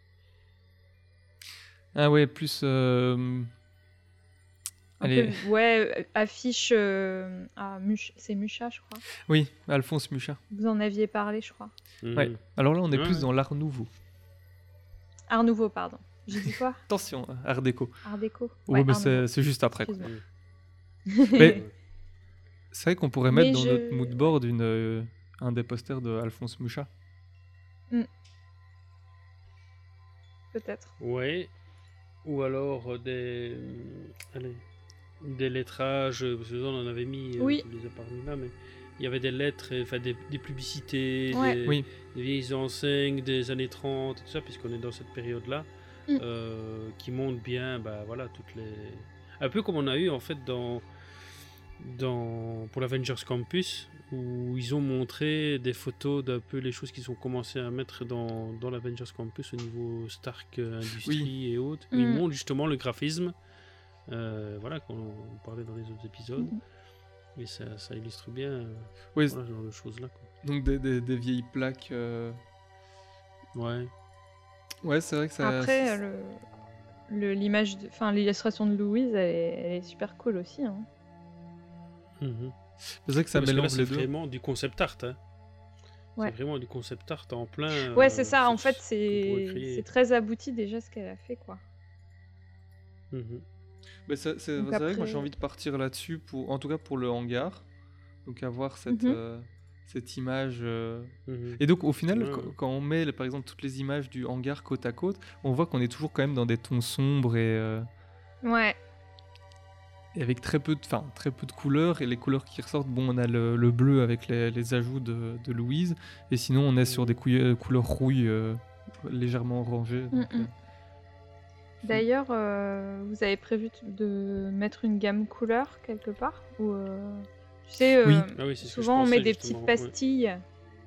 Ah ouais, plus. euh, Un Allez, peu, ouais, euh, affiche. euh, ah, Much- c'est Mucha, je crois. oui, Alphonse Mucha. Vous en aviez parlé, je crois. Ouais. Mhm. Alors là, on est Ouais, plus ouais. dans l'art nouveau. Art Nouveau, pardon. J'ai dit quoi? Attention, art déco. Art déco. Ouais, mais Art c'est Nouveau. c'est juste après, quoi. Excuse-moi. Mais c'est vrai qu'on pourrait Mais mettre dans je- notre moodboard une, euh, un des posters de Alphonse Mucha. Peut-être. Ouais. Ou alors euh, des. euh, Allez. Des lettrages. euh, Parce que ça, on en avait mis. euh, Oui. Je les ai pas remis là, mais. Il y avait des lettres, euh, enfin des, des publicités, Ouais. des, Oui. des vieilles enseignes des années trente, tout ça, puisqu'on est dans cette période-là, Mm. euh, qui montrent bien, bah voilà, toutes les. Un peu comme on a eu en fait dans. dans pour l'Avengers Campus, où ils ont montré des photos d'un peu les choses qu'ils ont commencé à mettre dans, dans l'Avengers Campus au niveau Stark euh, Industries et autres, où ils Mm. montrent justement le graphisme, euh, voilà, qu'on on parlait dans les autres épisodes. Mm. Et ça, ça illustre bien euh, Oui, voilà, ce genre de choses-là. quoi. donc des, des- des vieilles plaques. euh, Ouais. Ouais, c'est vrai que ça. Après, ça- euh, le, le- l'image, de- enfin l'illustration de Louise, elle est, elle est super cool aussi. Hein. Mhm. C'est vrai que ça Parce que là, mélange c'est les deux. vraiment du concept art. Hein. Ouais. C'est vraiment du concept art en plein. Ouais, euh, c'est ça. En sur fait, ce qu'on pourrait c'est créer. c'est très abouti déjà ce qu'elle a fait, quoi. Mhm. Mais c'est c'est- Donc c'est vrai que moi j'ai après- envie de partir là-dessus, pour, en tout cas pour le hangar. Donc avoir cette, Mhm. euh, cette image. euh, Mhm. Et donc au final, Ouais, quand, ouais. quand on met par exemple toutes les images du hangar côte à côte, on voit qu'on est toujours quand même dans des tons sombres et, euh, Ouais. et avec très peu, de, enfin, très peu de couleurs. Et les couleurs qui ressortent, bon, on a le, le bleu avec les, les ajouts de, de Louise. Et sinon, on est sur des couille- couleurs rouilles euh, légèrement orangées. donc, Mm, mm. euh, D'ailleurs, euh, vous avez prévu t- de mettre une gamme couleur quelque part ou euh, tu sais, euh, Oui. Ah oui, c'est ce que je souvent on met pensais, des justement, petites pastilles.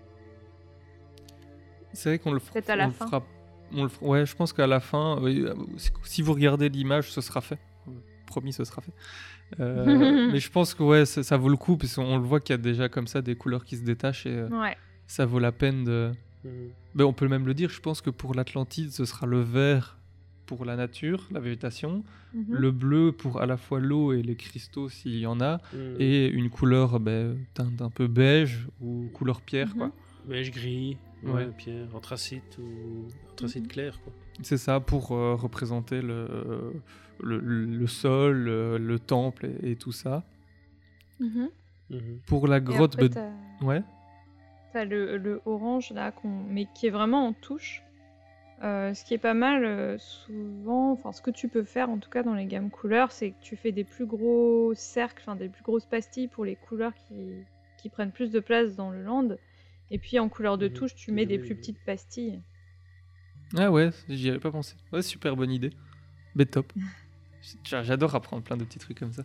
C'est vrai qu'on le, f- Peut-être à la on le fin. fera. On le f- Ouais, je pense qu'à la fin, oui, euh, si- si vous regardez l'image, ce sera fait. Euh, Promis, ce sera fait. Euh, mais je pense que ouais, ça, ça vaut le coup, parce qu'on le voit qu'il y a déjà comme ça des couleurs qui se détachent et euh, Ouais. ça vaut la peine de. Mhm. Ben, on peut même le dire, je pense que pour l'Atlantide, ce sera le vert pour la nature, la végétation, Mhm. le bleu pour à la fois l'eau et les cristaux s'il y en a, Mhm. et une couleur ben, teinte un peu beige ou couleur pierre, Mhm. quoi. Beige gris, Ouais. ouais, pierre, anthracite ou anthracite Mhm. clair. Quoi. C'est ça, pour euh, représenter le, le, le sol, le, le temple et, et tout ça. Mhm. Mhm. Pour la Et grotte... après, ben- t'as Ouais. t'as le, le orange là, qu'on- mais qui est vraiment en touche. Euh, ce qui est pas mal, euh, souvent, enfin ce que tu peux faire en tout cas dans les gammes couleurs, c'est que tu fais des plus gros cercles, enfin des plus grosses pastilles pour les couleurs qui, qui prennent plus de place dans le land. Et puis en couleur de Mhm. touche, tu Qui mets des donnait plus une- petites pastilles. Ah ouais, j'y avais pas pensé. Ouais, super bonne idée. Mais top. J'a- J'adore apprendre plein de petits trucs comme ça.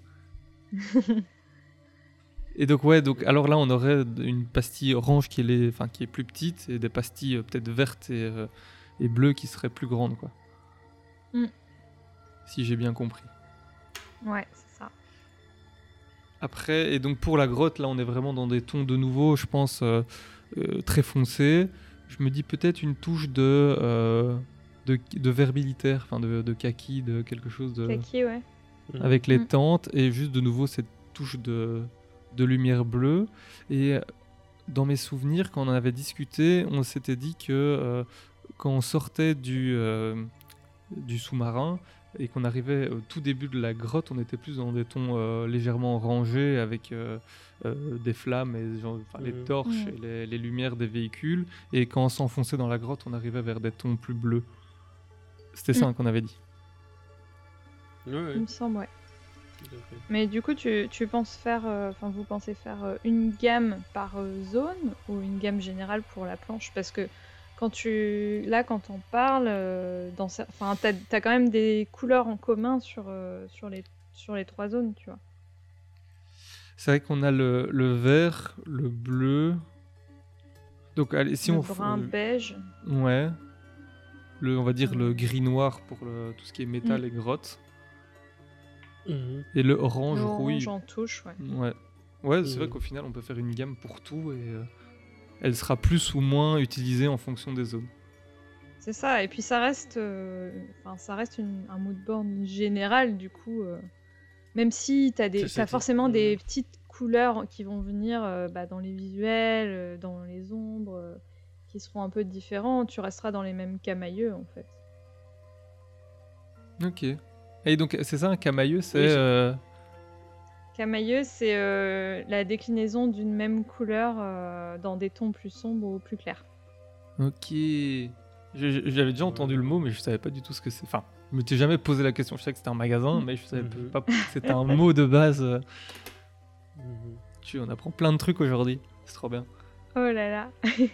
Et donc ouais, donc alors là on aurait une pastille orange qui est, les, enfin, qui est plus petite et des pastilles euh, peut-être vertes et, euh, et bleues qui seraient plus grandes, quoi. Mm. Si j'ai bien compris. Ouais, c'est ça. Après, et donc pour la grotte, là on est vraiment dans des tons de nouveau, je pense, euh, euh, très foncés. Je me dis peut-être une touche de, euh, de, de vert militaire, enfin de, de kaki, de quelque chose de... Kaki, ouais. Mhm. avec les Mm. tentes et juste de nouveau cette touche de, de lumière bleue. Et dans mes souvenirs, quand on en avait discuté, on s'était dit que euh, quand on sortait du, euh, du sous-marin et qu'on arrivait au tout début de la grotte, on était plus dans des tons euh, légèrement orangés avec euh, euh, des flammes et genre, enfin, les Mhm. torches Mm. et les, les lumières des véhicules. Et quand on s'enfonçait dans la grotte, on arrivait vers des tons plus bleus. C'était ça Mm. hein, qu'on avait dit. Ouais, ouais, Il me semble, ouais. tout à fait. Mais du coup, tu, tu penses faire, euh, enfin, vous pensez faire euh, une gamme par euh, zone ou une gamme générale pour la planche? Parce que quand tu, là, quand on parle, euh, dans, cer- enfin, t'as, t'as quand même des couleurs en commun sur, euh, sur les, sur les trois zones, tu vois. C'est vrai qu'on a le, le vert, le bleu. Donc allez, si le on f- brun, euh, beige. ouais, le, on va dire le Euh. gris noir pour le- tout ce qui est métal Mm. et grotte. Mhm. Et le orange Le rouille. orange en touche, ouais. Ouais, ouais c'est Mhm. vrai qu'au final, on peut faire une gamme pour tout et euh, elle sera plus ou moins utilisée en fonction des zones. C'est ça, et puis ça reste, euh, enfin, ça reste une- un mood board général, du coup, euh, même si t'as des, C'est ça t'as qui- forcément Mhm. des petites couleurs qui vont venir euh, bah, dans les visuels, euh, dans les ombres, euh, qui seront un peu différents, tu resteras dans les mêmes camailleux, en fait. Ok. Et donc, c'est ça un camailleux, c'est... Oui, c'est- euh, Camailleux, c'est euh, la déclinaison d'une même couleur euh, dans des tons plus sombres ou plus clairs. Ok. Je- je- J'avais déjà entendu le mot, mais je savais pas du tout ce que c'est. Enfin, je m'étais jamais posé la question. Je savais que c'était un magasin, mais je savais Mhm. pas que c'était un mot de base. euh. Mhm. Tu, on apprend plein de trucs aujourd'hui. C'est trop bien. Oh là là.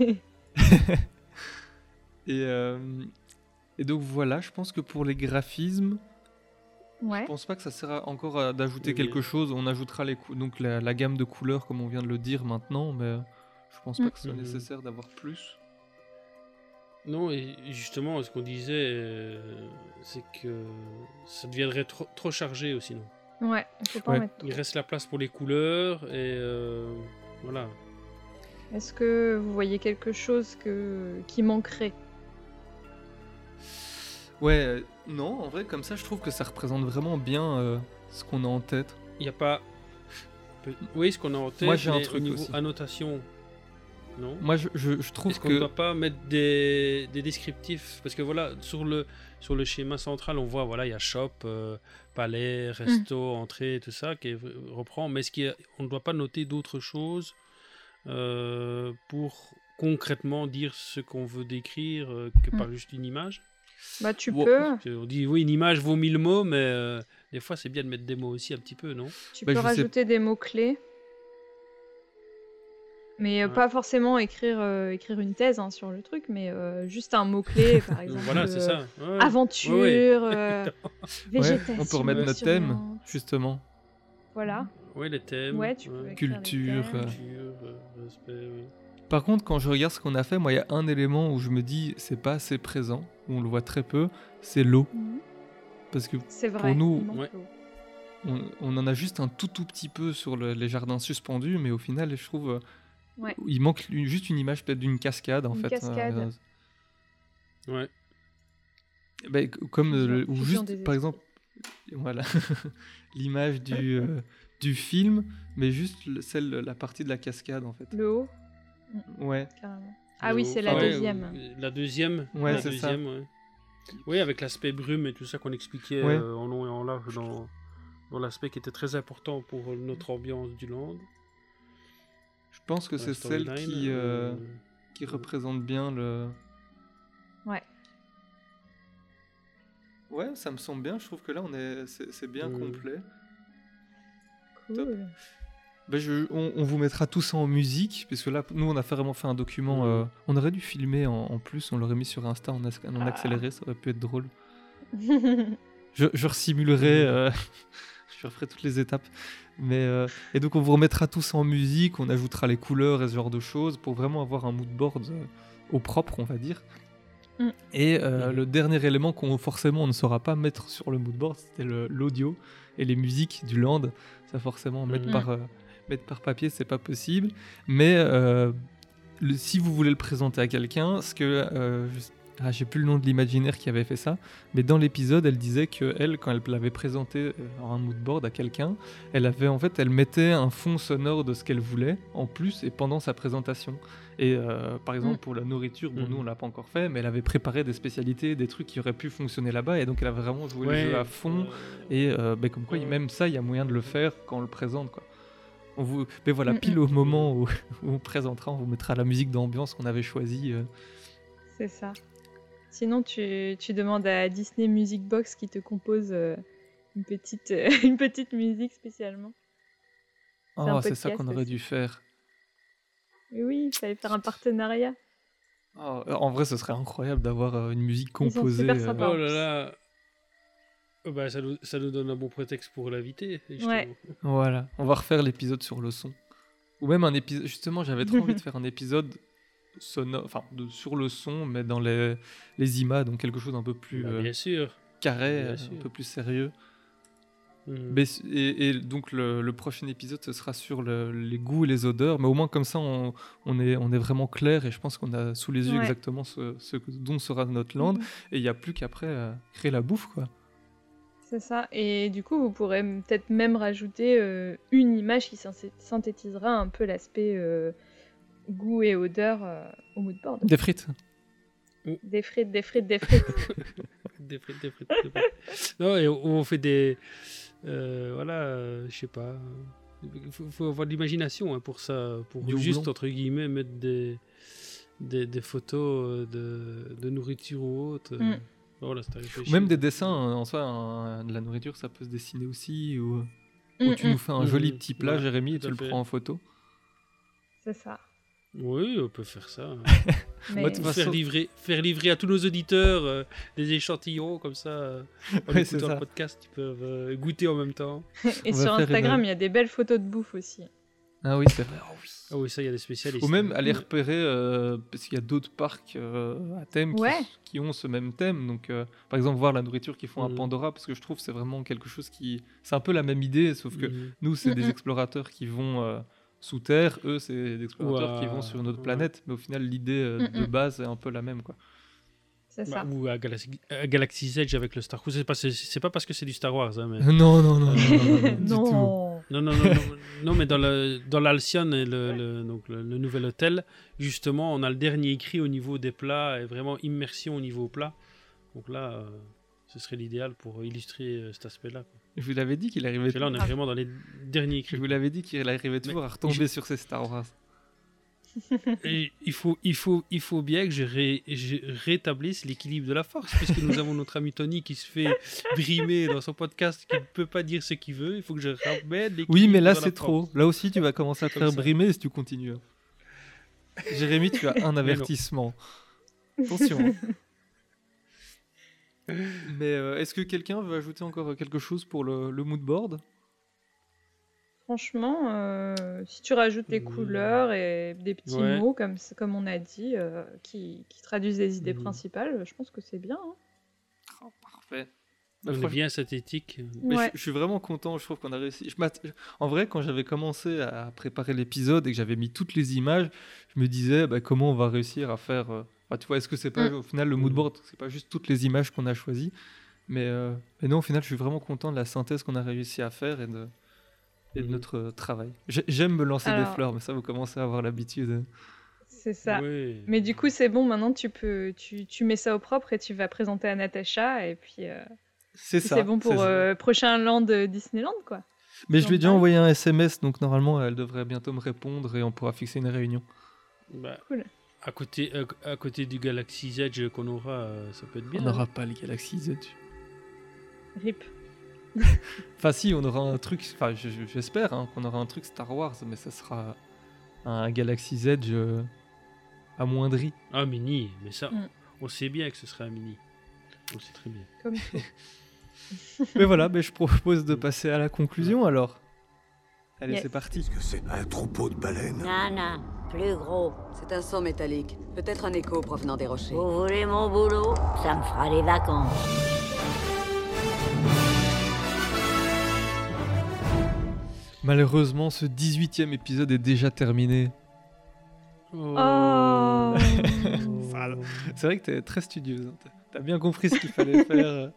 Et, euh, et donc voilà, je pense que pour les graphismes, Ouais. je pense pas que ça sert à- encore à- d'ajouter Oui. quelque chose. On ajoutera les cou- donc la, la gamme de couleurs comme on vient de le dire maintenant, mais je pense pas Mm. que ce soit Mhm. nécessaire d'avoir plus. Non, et justement, ce qu'on disait, euh, c'est que ça deviendrait trop, trop chargé aussi, non? Ouais, il faut pas Ouais. en mettre trop. Il reste la place pour les couleurs, et euh, voilà. Est-ce que vous voyez quelque chose que... qui manquerait? Ouais, euh, non, en vrai, comme ça, je trouve que ça représente vraiment bien euh, ce qu'on a en tête. Il n'y a pas... Pe- Oui, ce qu'on a en tête, Moi, j'ai un mais truc au niveau aussi. annotation, non? Moi, je, je, je trouve Est-ce qu'on ne que. doit pas mettre des, des descriptifs? Parce que voilà, sur le, sur le schéma central, on voit, voilà, il y a shop, euh, palais, resto, entrée, tout ça, qui est- reprend. Mais est-ce qu'on ne doit pas noter d'autres choses euh, pour concrètement dire ce qu'on veut décrire euh, que par juste une image? Bah, tu Wow. peux. Parce que on dit, oui, une image vaut mille mots, mais euh, des fois, c'est bien de mettre des mots aussi un petit peu, non? Tu Bah, peux je sais- rajouter des mots-clés. Mais euh, Ouais. pas forcément écrire, euh, écrire une thèse hein, sur le truc, mais euh, juste un mot-clé, par Donc exemple. voilà, c'est euh, ça. Ouais, ouais. Aventure, Ouais, ouais. euh, Ouais, végétation. on peut remettre notre thème, luxuriante. justement. Voilà. Ouais, les thèmes. Ouais, tu peux écrire les Culture, thèmes. euh. Culture, euh, respect, oui. Par contre, quand je regarde ce qu'on a fait, moi, il y a un élément où je me dis c'est pas assez présent, où on le voit très peu, c'est l'eau. Mhm. Parce que C'est vrai. pour nous, il manque Ouais. l'eau. on, on en a juste un tout tout petit peu sur le- les jardins suspendus, mais au final, je trouve, euh, Ouais. il manque une- juste une image peut-être d'une cascade, en Une fait. cascade. Ouais. Bah, c- comme euh, Fusion- le- ou fusion juste des par exemple voilà l'image du euh, du film mais juste le- celle la partie de la cascade en fait. Le haut, Ouais. carrément. Ah oui, Le- c'est la ouais, deuxième. ou- La deuxième. Ouais, la c'est ça. deuxième, ouais. Oui, avec l'aspect brume et tout ça qu'on expliquait Ouais. euh, en long et en large dans, dans l'aspect qui était très important pour euh, notre ambiance du land. Je pense que Dans c'est la celle storyline, qui euh, euh, qui représente bien le Ouais. Ouais, ça me semble bien, je trouve que là on est c'est c'est bien Mm. complet. Cool. Bah, je, on, on vous mettra tout ça en musique, puisque là, nous, on a fait- vraiment fait un document. Mhm. euh, on aurait dû filmer en, en plus, on l'aurait mis sur Insta en, as- en Ah. accéléré, ça aurait pu être drôle. Je, je resimulerai, euh, je referai toutes les étapes. Mais, euh, et donc, on vous remettra tout ça en musique, on ajoutera les couleurs et ce genre de choses pour vraiment avoir un mood board euh, au propre, on va dire. Mm. Et euh, Mhm. le dernier élément qu'on forcément on ne saura pas mettre sur le mood board, c'était le- l'audio et les musiques du land. Ça, forcément, mettre, Mhm. par, euh, mettre par papier, c'est pas possible. Mais euh, le- si vous voulez le présenter à quelqu'un, ce que. euh, je- ah, j'ai plus le nom de l'imaginaire qui avait fait ça, mais dans l'épisode, elle disait que elle, quand elle l'avait présenté euh, en un mood board à quelqu'un, elle avait en fait, elle mettait un fond sonore de ce qu'elle voulait en plus et pendant sa présentation. Et euh, par exemple Mm. pour la nourriture, bon Mhm. nous on l'a pas encore fait, mais elle avait préparé des spécialités, des trucs qui auraient pu fonctionner là-bas, et donc elle a vraiment joué Ouais, le jeu à fond. euh, Et euh, ben, comme quoi, ouais. même ça, il y a moyen de le faire quand on le présente, quoi. On vous... Mais voilà, Mm, pile mm. au moment où, où on présentera, on vous mettra la musique d'ambiance qu'on avait choisie. euh. C'est ça. Sinon, tu, tu demandes à Disney Music Box qui te compose euh, une, petite, euh, une petite musique spécialement. C'est un Oh, c'est ça podcast qu'on aurait aussi. dû faire. Oui, oui, il fallait faire un partenariat. Oh, en vrai, ce serait incroyable d'avoir euh, une musique Ils sont composée. super euh, sympas. Oh là là. Oh bah, ça, nous, ça nous donne un bon prétexte pour l'inviter. justement. Ouais. Voilà, on va refaire l'épisode sur le son. Ou même un épisode. Justement, j'avais trop envie de faire un épisode sonore, enfin, de- sur le son, mais dans les, les I M A, donc quelque chose un peu plus Bah, euh, bien sûr. carré, bien euh, sûr. un peu plus sérieux. Mhm. Mais c- et, et donc le, le prochain épisode, ce sera sur le- les goûts et les odeurs, mais au moins comme ça, on, on est, on est vraiment clair et je pense qu'on a sous les yeux Ouais. exactement ce, ce que- dont sera notre land. Mhm. Et il n'y a plus qu'après euh, créer la bouffe, quoi. C'est ça. Et du coup, vous pourrez m- peut-être même rajouter euh, une image qui synthétisera synthétisera un peu l'aspect euh, goût et odeur euh, au mood board. Des frites. Des frites, des frites, des frites. Des frites, des frites, des frites. Non, et on on fait des. euh, voilà, euh, je sais pas. Il faut, faut avoir de l'imagination hein, pour ça. Pour Du juste, houblon. entre guillemets, mettre des, des, des photos euh, de, de nourriture ou autre. euh. Mm. Voilà, c'est à réfléchir. Ou même des dessins, hein, en soi, un- de la nourriture, ça peut se dessiner aussi. Ou, ou Mm, tu mm. nous fais un joli Mhm. petit plat, Ouais, Jérémy, et tout tu à le fait. prends en photo. C'est ça. Oui, on peut faire ça. Mais Moi, de toute façon- faire, livrer, faire livrer à tous nos auditeurs euh, des échantillons comme ça. euh, en Ouais, c'est écoutant ça. le podcast, ils peuvent euh, goûter en même temps. Et On va sur faire Instagram, une- il y a des belles photos de bouffe aussi. Ah oui, c'est vrai. Oh oui. Ah oui, ça, il y a des spécialistes. Ou même hein. aller repérer, euh, parce qu'il y a d'autres parcs euh, à thème qui, Ouais. qui ont ce même thème. Donc, euh, par exemple, voir la nourriture qu'ils font à Mhm. Pandora, parce que je trouve que c'est vraiment quelque chose qui. C'est un peu la même idée, sauf que Mhm. nous, c'est des Mhm. explorateurs qui vont euh, sous terre, eux, c'est des explorateurs qui Ouah, vont sur une autre ouais. planète. Mais au final, l'idée euh, de Mhm. base est un peu la même, quoi. C'est Bah, ça. ou à Galaxy, à Galaxy's Edge avec le Star Wars. C'est pas, c'est, c'est pas parce que c'est du Star Wars, hein, mais. Non, non, non, non, non, non, non, du tout. Non. Non, non, non, non, non, mais dans, le, dans l'Alcyon et le, le- donc le, le nouvel hôtel, justement, on a le dernier écrit au niveau des plats et vraiment immersion au niveau plat. Donc là, euh, ce serait l'idéal pour illustrer euh, cet aspect-là. quoi. Je vous l'avais dit qu'il arrivait. Parce que là, on est Ah. vraiment dans les derniers Je écrits. vous l'avais dit qu'il arrivait toujours à retomber sur ces Star Wars. Et il, faut, il, faut, il faut bien que je, ré- je rétablisse l'équilibre de la force, puisque nous avons notre ami Tony qui se fait brimer dans son podcast, qui ne peut pas dire ce qu'il veut. Il faut que je ramène l'équilibre. Oui, mais là, dans la c'est trop. force. Là aussi, tu vas commencer à te Comme faire ça. brimer si tu continues. Jérémy, tu as un avertissement. Attention. hein. Mais euh, est-ce que quelqu'un veut ajouter encore quelque chose pour le, le mood board? Franchement, euh, si tu rajoutes des Oui. couleurs et des petits Ouais. mots, comme, comme on a dit, euh, qui, qui traduisent les idées Mhm. principales, je pense que c'est bien. hein. Oh, parfait. On est Franchement, bien synthétique. mais Ouais. je, je suis vraiment content, je trouve qu'on a réussi. Je m'att- en vrai, quand j'avais commencé à préparer l'épisode et que j'avais mis toutes les images, je me disais bah, comment on va réussir à faire. euh, bah, tu vois, est-ce que c'est pas Mm. au final le mood Mm. board, c'est pas juste toutes les images qu'on a choisies, mais, euh, mais non, au final, je suis vraiment content de la synthèse qu'on a réussi à faire et de, et de Mhm. notre euh, travail. J'ai- J'aime me lancer des Alors- fleurs, mais ça, vous commencez à avoir l'habitude. C'est ça. Oui. Mais du coup, c'est bon, maintenant tu peux, tu, tu mets ça au propre et tu vas présenter à Natacha, et puis euh, C'est puis ça. c'est bon pour c'est ça. euh, prochain land euh, Disneyland, quoi. Mais je lui ai déjà normal. envoyé un S M S, donc normalement, elle devrait bientôt me répondre et on pourra fixer une réunion. Bah, Cool. à, côté, à, à côté du Galaxy's Edge qu'on aura, euh, ça peut être bien. On n'aura pas le Galaxy Z. Rip. Enfin, si, on aura un truc. Enfin, je- je- j'espère hein, qu'on aura un truc Star Wars, mais ça sera un Galaxy's Edge euh, amoindri. Ah, mini, mais ça, Mm. on sait bien que ce serait un mini. On le sait très bien. Comme tout. Mais voilà, mais je propose de passer à la conclusion alors. Allez, Yes. c'est parti. Est-ce que c'est un troupeau de baleines? Non, non, plus gros. C'est un son métallique. Peut-être un écho provenant des rochers. Vous voulez mon boulot? Ça me fera des vacances. Malheureusement, ce dix-huitième épisode est déjà terminé. Oh. Sale. C'est vrai que t'es très studieuse. hein. T'as- T'as bien compris ce qu'il fallait faire.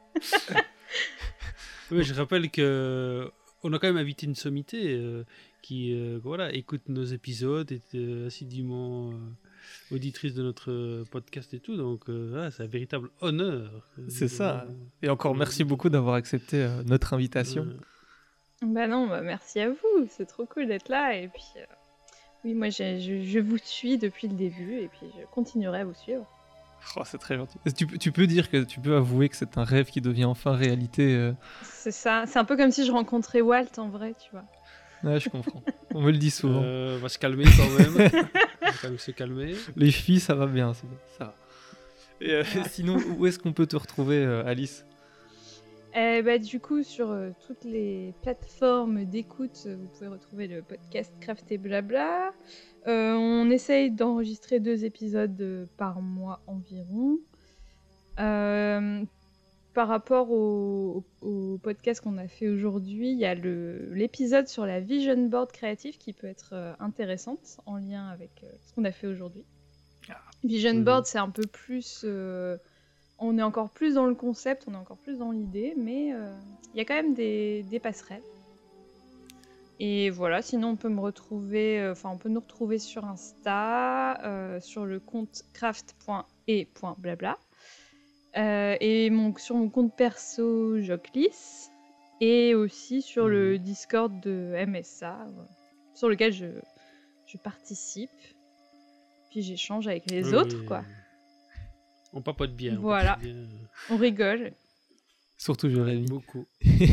Oui, je rappelle que on a quand même invité une sommité euh, qui euh, voilà, écoute nos épisodes, est euh, assidûment euh, auditrice de notre euh, podcast et tout. Donc, euh, ah, c'est un véritable honneur. C'est ça. Euh, Et encore merci beaucoup d'avoir accepté euh, notre invitation. euh, Bah non, bah merci à vous, c'est trop cool d'être là, et puis euh, oui, moi j'ai- je, je vous suis depuis le début, et puis je continuerai à vous suivre. Oh, c'est très gentil. Tu, peux- tu peux dire que tu peux avouer que c'est un rêve qui devient enfin réalité. euh. C'est ça, c'est un peu comme si je rencontrais Walt en vrai, tu vois. Ouais, je comprends. On me le dit souvent. euh, on va se calmer quand même. On va quand même se calmer. Les filles, ça va bien, c'est bon, ça va. Et euh, sinon, où est-ce qu'on peut te retrouver, euh, Alice? Eh bah, du coup, sur euh, toutes les plateformes d'écoute, euh, vous pouvez retrouver le podcast Craft et Blabla. Euh, on essaye d'enregistrer deux épisodes euh, par mois environ. Euh, par rapport au, au, au podcast qu'on a fait aujourd'hui, il y a le, l'épisode sur la vision board créative qui peut être euh, intéressante en lien avec euh, ce qu'on a fait aujourd'hui. Ah. Vision mmh. board, c'est un peu plus... Euh, on est encore plus dans le concept, on est encore plus dans l'idée, mais euh, il y a quand même des, des passerelles. Et voilà, sinon on peut me retrouver, enfin euh, on peut nous retrouver sur Insta, euh, sur le compte craft point e point blabla, euh, et mon, sur mon compte perso Joclis, et aussi sur mmh. le Discord de M S A, euh, sur lequel je, je participe, puis j'échange avec les oui, autres, oui. quoi. On papote bien. Voilà, on, bien. on rigole. Surtout Jérémy. Beaucoup.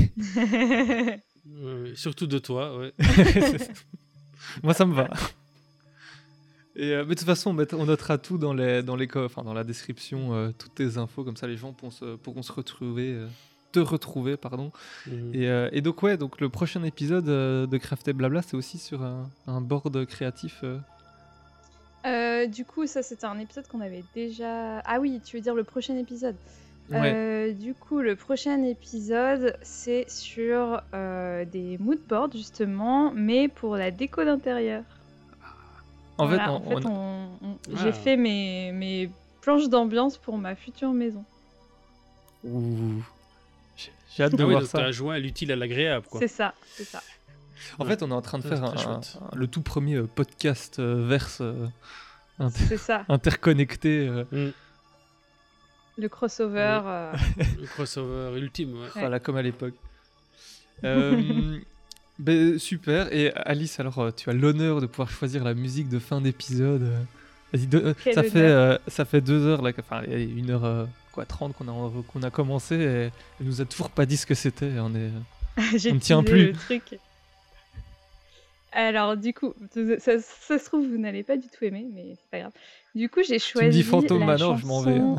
Euh, surtout de toi, ouais. Moi, ça me va. Et, euh, mais de toute façon, on notera tout dans, les, dans, les, enfin, dans la description, euh, toutes tes infos, comme ça les gens pourront se, pourront se retrouver, euh, te retrouver, pardon. Mmh. Et, euh, et donc, ouais, donc, le prochain épisode euh, de Craft et Blabla, c'est aussi sur un, un board créatif. Euh... Euh, du coup, ça, c'était un épisode qu'on avait déjà... Ah oui, tu veux dire le prochain épisode. Ouais. Euh, du coup, le prochain épisode, c'est sur euh, des moodboards, justement, mais pour la déco d'intérieur. En voilà, fait, on, en fait on... On, on, Ah. j'ai fait mes, mes planches d'ambiance pour ma future maison. Ouh. J'ai, j'ai hâte de ah voir oui, donc ça. T'as joint l'utile à l'agréable, quoi. C'est ça, c'est ça. En ouais. fait, on est en train de ça, faire un, un, un, le tout premier euh, podcast euh, verse euh, inter- c'est ça. interconnecté. Euh... Mm. Le crossover. Oui. Euh... Le crossover ultime, ouais. Voilà, ouais. Comme à l'époque. euh, ben, super. Et Alice, alors, tu as l'honneur de pouvoir choisir la musique de fin d'épisode. Vas-y, de, ça, fait, euh, ça fait deux heures, là, enfin, une heure euh, quoi, trente qu'on a, qu'on a commencé et elle nous a toujours pas dit ce que c'était. On est, J'ai on ne tient plus. Le truc. Alors, du coup, ça, ça se trouve, vous n'allez pas du tout aimer, mais c'est pas grave. Du coup, j'ai choisi. Tu me dis Fantôme Manor, chanson... je m'en vais. Hein.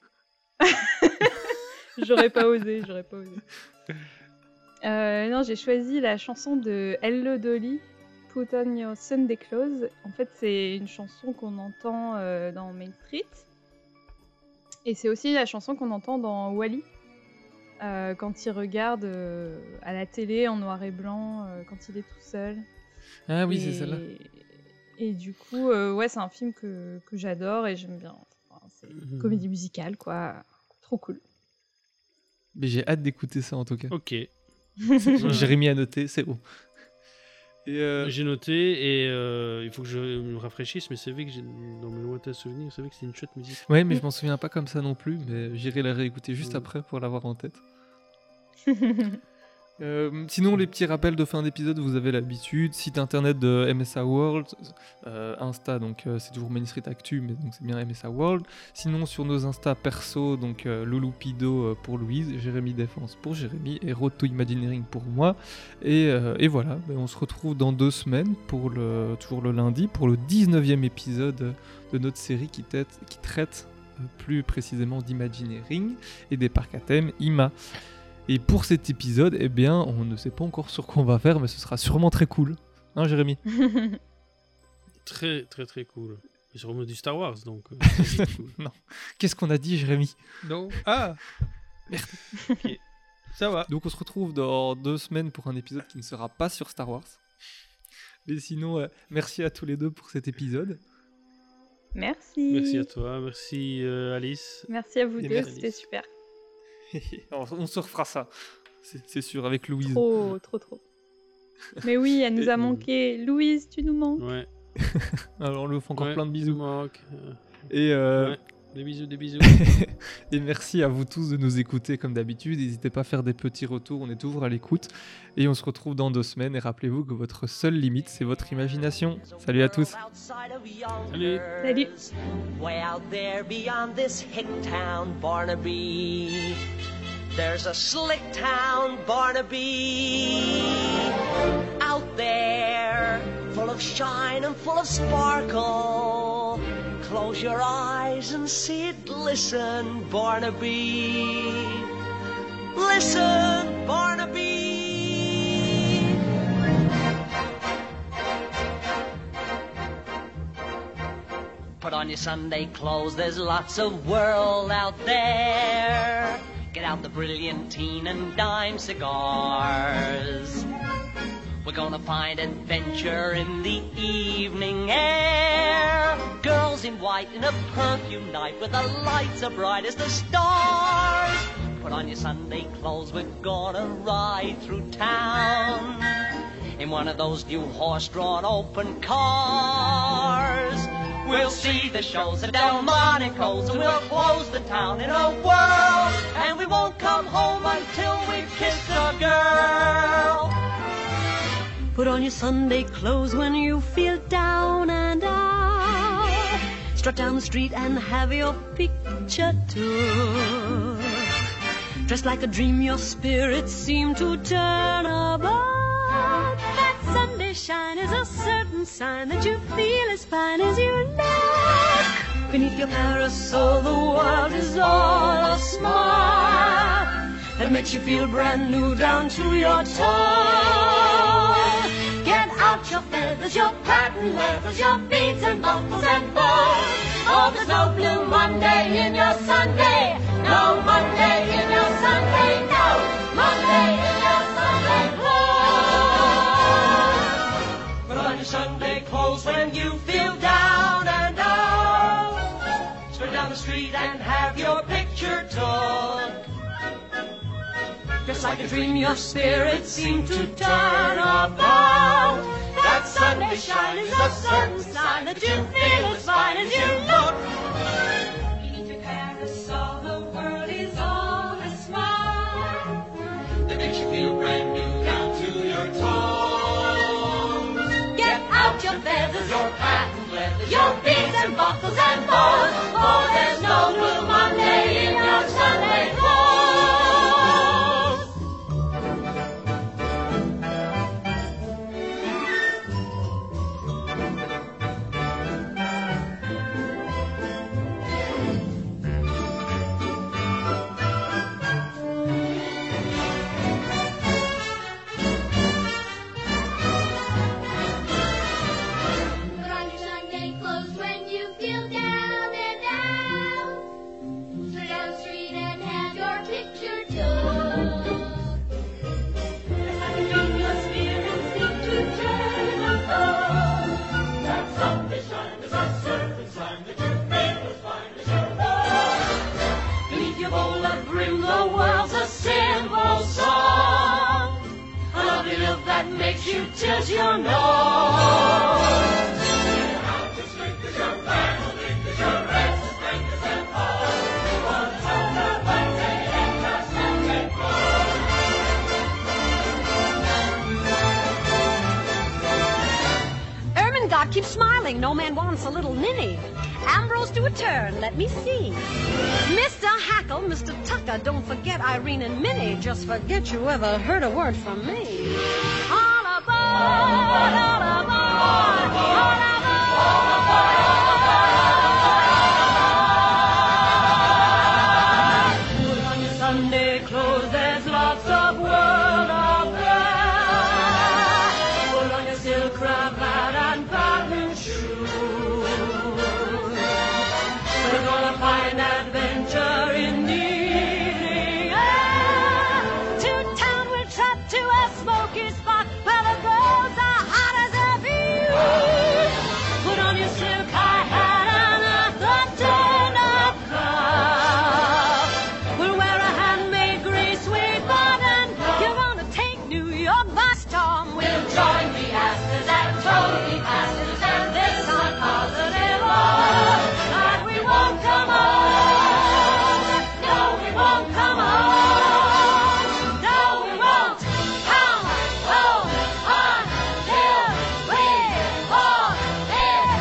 j'aurais pas osé, j'aurais pas osé. Euh, non, j'ai choisi la chanson de Hello Dolly, Put on Your Sunday Clothes. En fait, c'est une chanson qu'on entend euh, dans Main Street. Et c'est aussi la chanson qu'on entend dans Wall-E. Euh, quand il regarde euh, à la télé en noir et blanc, euh, quand il est tout seul. Ah oui, et... c'est celle-là. Et du coup, euh, ouais, c'est un film que, que j'adore et j'aime bien. Enfin, c'est une comédie musicale, quoi. Trop cool. Mais j'ai hâte d'écouter ça en tout cas. Ok. Jérémy a noté, c'est bon. Et euh... J'ai noté et euh, il faut que je me rafraîchisse, mais c'est vrai que j'ai, dans mes lointains souvenirs, c'est vrai que c'est une chouette musique. Ouais, mais je m'en souviens pas comme ça non plus, mais j'irai la réécouter juste mmh. après pour l'avoir en tête. Euh, sinon, les petits rappels de fin d'épisode, vous avez l'habitude. Site internet de M S A World, euh, Insta, donc euh, c'est toujours Main Street Actu, mais donc c'est bien M S A World. Sinon, sur nos Insta perso, donc euh, Louloupido euh, pour Louise, Jérémy Défense pour Jérémy et Road to Imagineering pour moi. Et, euh, et voilà, ben, on se retrouve dans deux semaines, pour le, toujours le lundi, pour le dix-neuvième épisode de notre série qui, tête, qui traite euh, plus précisément d'Imagineering et des parcs à thème I M A. Et pour cet épisode, eh bien, on ne sait pas encore sur quoi on va faire, mais ce sera sûrement très cool. Hein, Jérémy? Très, très, très cool. C'est sûrement du Star Wars, donc... Euh, cool. Non. Qu'est-ce qu'on a dit, Jérémy? Non. Ah merde. Ok. Ça va. Donc on se retrouve dans deux semaines pour un épisode qui ne sera pas sur Star Wars. Mais sinon, euh, merci à tous les deux pour cet épisode. Merci. Merci à toi, merci euh, Alice. Merci à vous Et deux, merci. C'était super. On se refera ça, c'est, c'est sûr, avec Louise. Trop, trop, trop. Mais oui, elle nous a manqué. Louise, tu nous manques. Ouais. Alors on lui fait encore ouais, plein de bisous. Manque. Et euh... ouais. Des bisous, des bisous. Et merci à vous tous de nous écouter comme d'habitude. N'hésitez pas à faire des petits retours, on est toujours à l'écoute. Et on se retrouve dans deux semaines. Et rappelez-vous que votre seule limite, c'est votre imagination. Salut à tous. Salut. Salut. Way out there beyond this hick town, Barnaby. There's a slick town, Barnaby. Out there, full of shine and full of sparkle. Close your eyes and see it glisten, Barnaby. Listen, Barnaby. Put on your Sunday clothes, there's lots of world out there. Get out out the brilliantine and dime cigars. We're gonna find adventure in the evening air. Girls in white in a perfume night where the lights are bright as the stars. Put on your Sunday clothes, we're gonna ride through town in one of those new horse-drawn open cars. We'll see the shows at Delmonico's and we'll close the town in a whirl. And we won't come home until we've kissed a girl. Put on your Sunday clothes when you feel down and out. Strut down the street and have your picture took. Dressed like a dream, your spirits seem to turn about. That Sunday shine is a certain sign that you feel as fine as you look. Beneath your parasol, the world is all a smile that makes you feel brand new down to your toes. Get out your feathers, your patent leathers, your beads and buckles and bows. Oh, there's no blue Monday in your Sunday. No Monday in your Sunday. No Monday in your Sunday clothes. Put on your Sunday clothes when you feel down and out. Straight down the street and have your picture took. Just like a dream, your spirits seem to turn about. That Sunday shine is a certain sign that you feel as fine as you look. Beneath your parasol, the world is all a smile that makes you feel brand new down to your toes. Get out your feathers, your patent leathers, your beads and buckles and bows. Oh, there's no blue Monday in your Sunday clothes. That makes you tilt your nose. How to drink is your family, is your rest, drink is and all. One summer, one day, and your Sunday clothes. Ermengarde, keep smiling. No man wants a little ninny. Ambrose, do a turn. Let me see. Mister Hackle, Mister Tucker, don't forget Irene and Minnie. Just forget you ever heard a word from me. All aboard, all aboard, all aboard, all aboard, all aboard. Put on your Sunday clothes, there's lots of world out there. Put on your silk cravat and patent shoes. We're gonna find adventure in the evening air. To town we'll trot to a smoky spot where the roads are hot as a fuse. Put on your silk high hat and a turned-up cuff. We'll wear a handmade gray suede button. You're gonna take New York by storm. We'll join the Astors and Tony Astors, and this I'm positive of. And we won't come home. No, we won't come home. No, we won't come home until we all is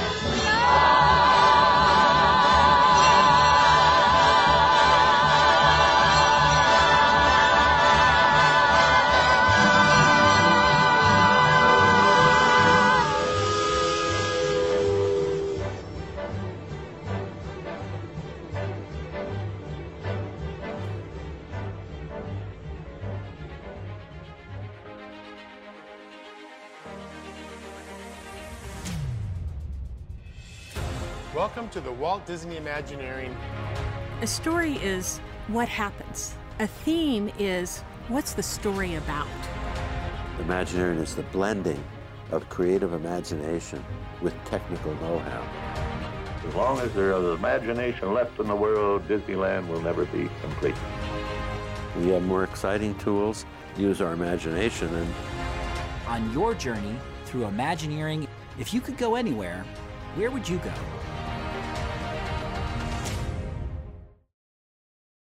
Welcome to the Walt Disney Imagineering. A story is what happens. A theme is, what's the story about? Imagineering is the blending of creative imagination with technical know-how. As long as there is imagination left in the world, Disneyland will never be complete. We have more exciting tools, use our imagination, and On your journey through Imagineering, if you could go anywhere, where would you go?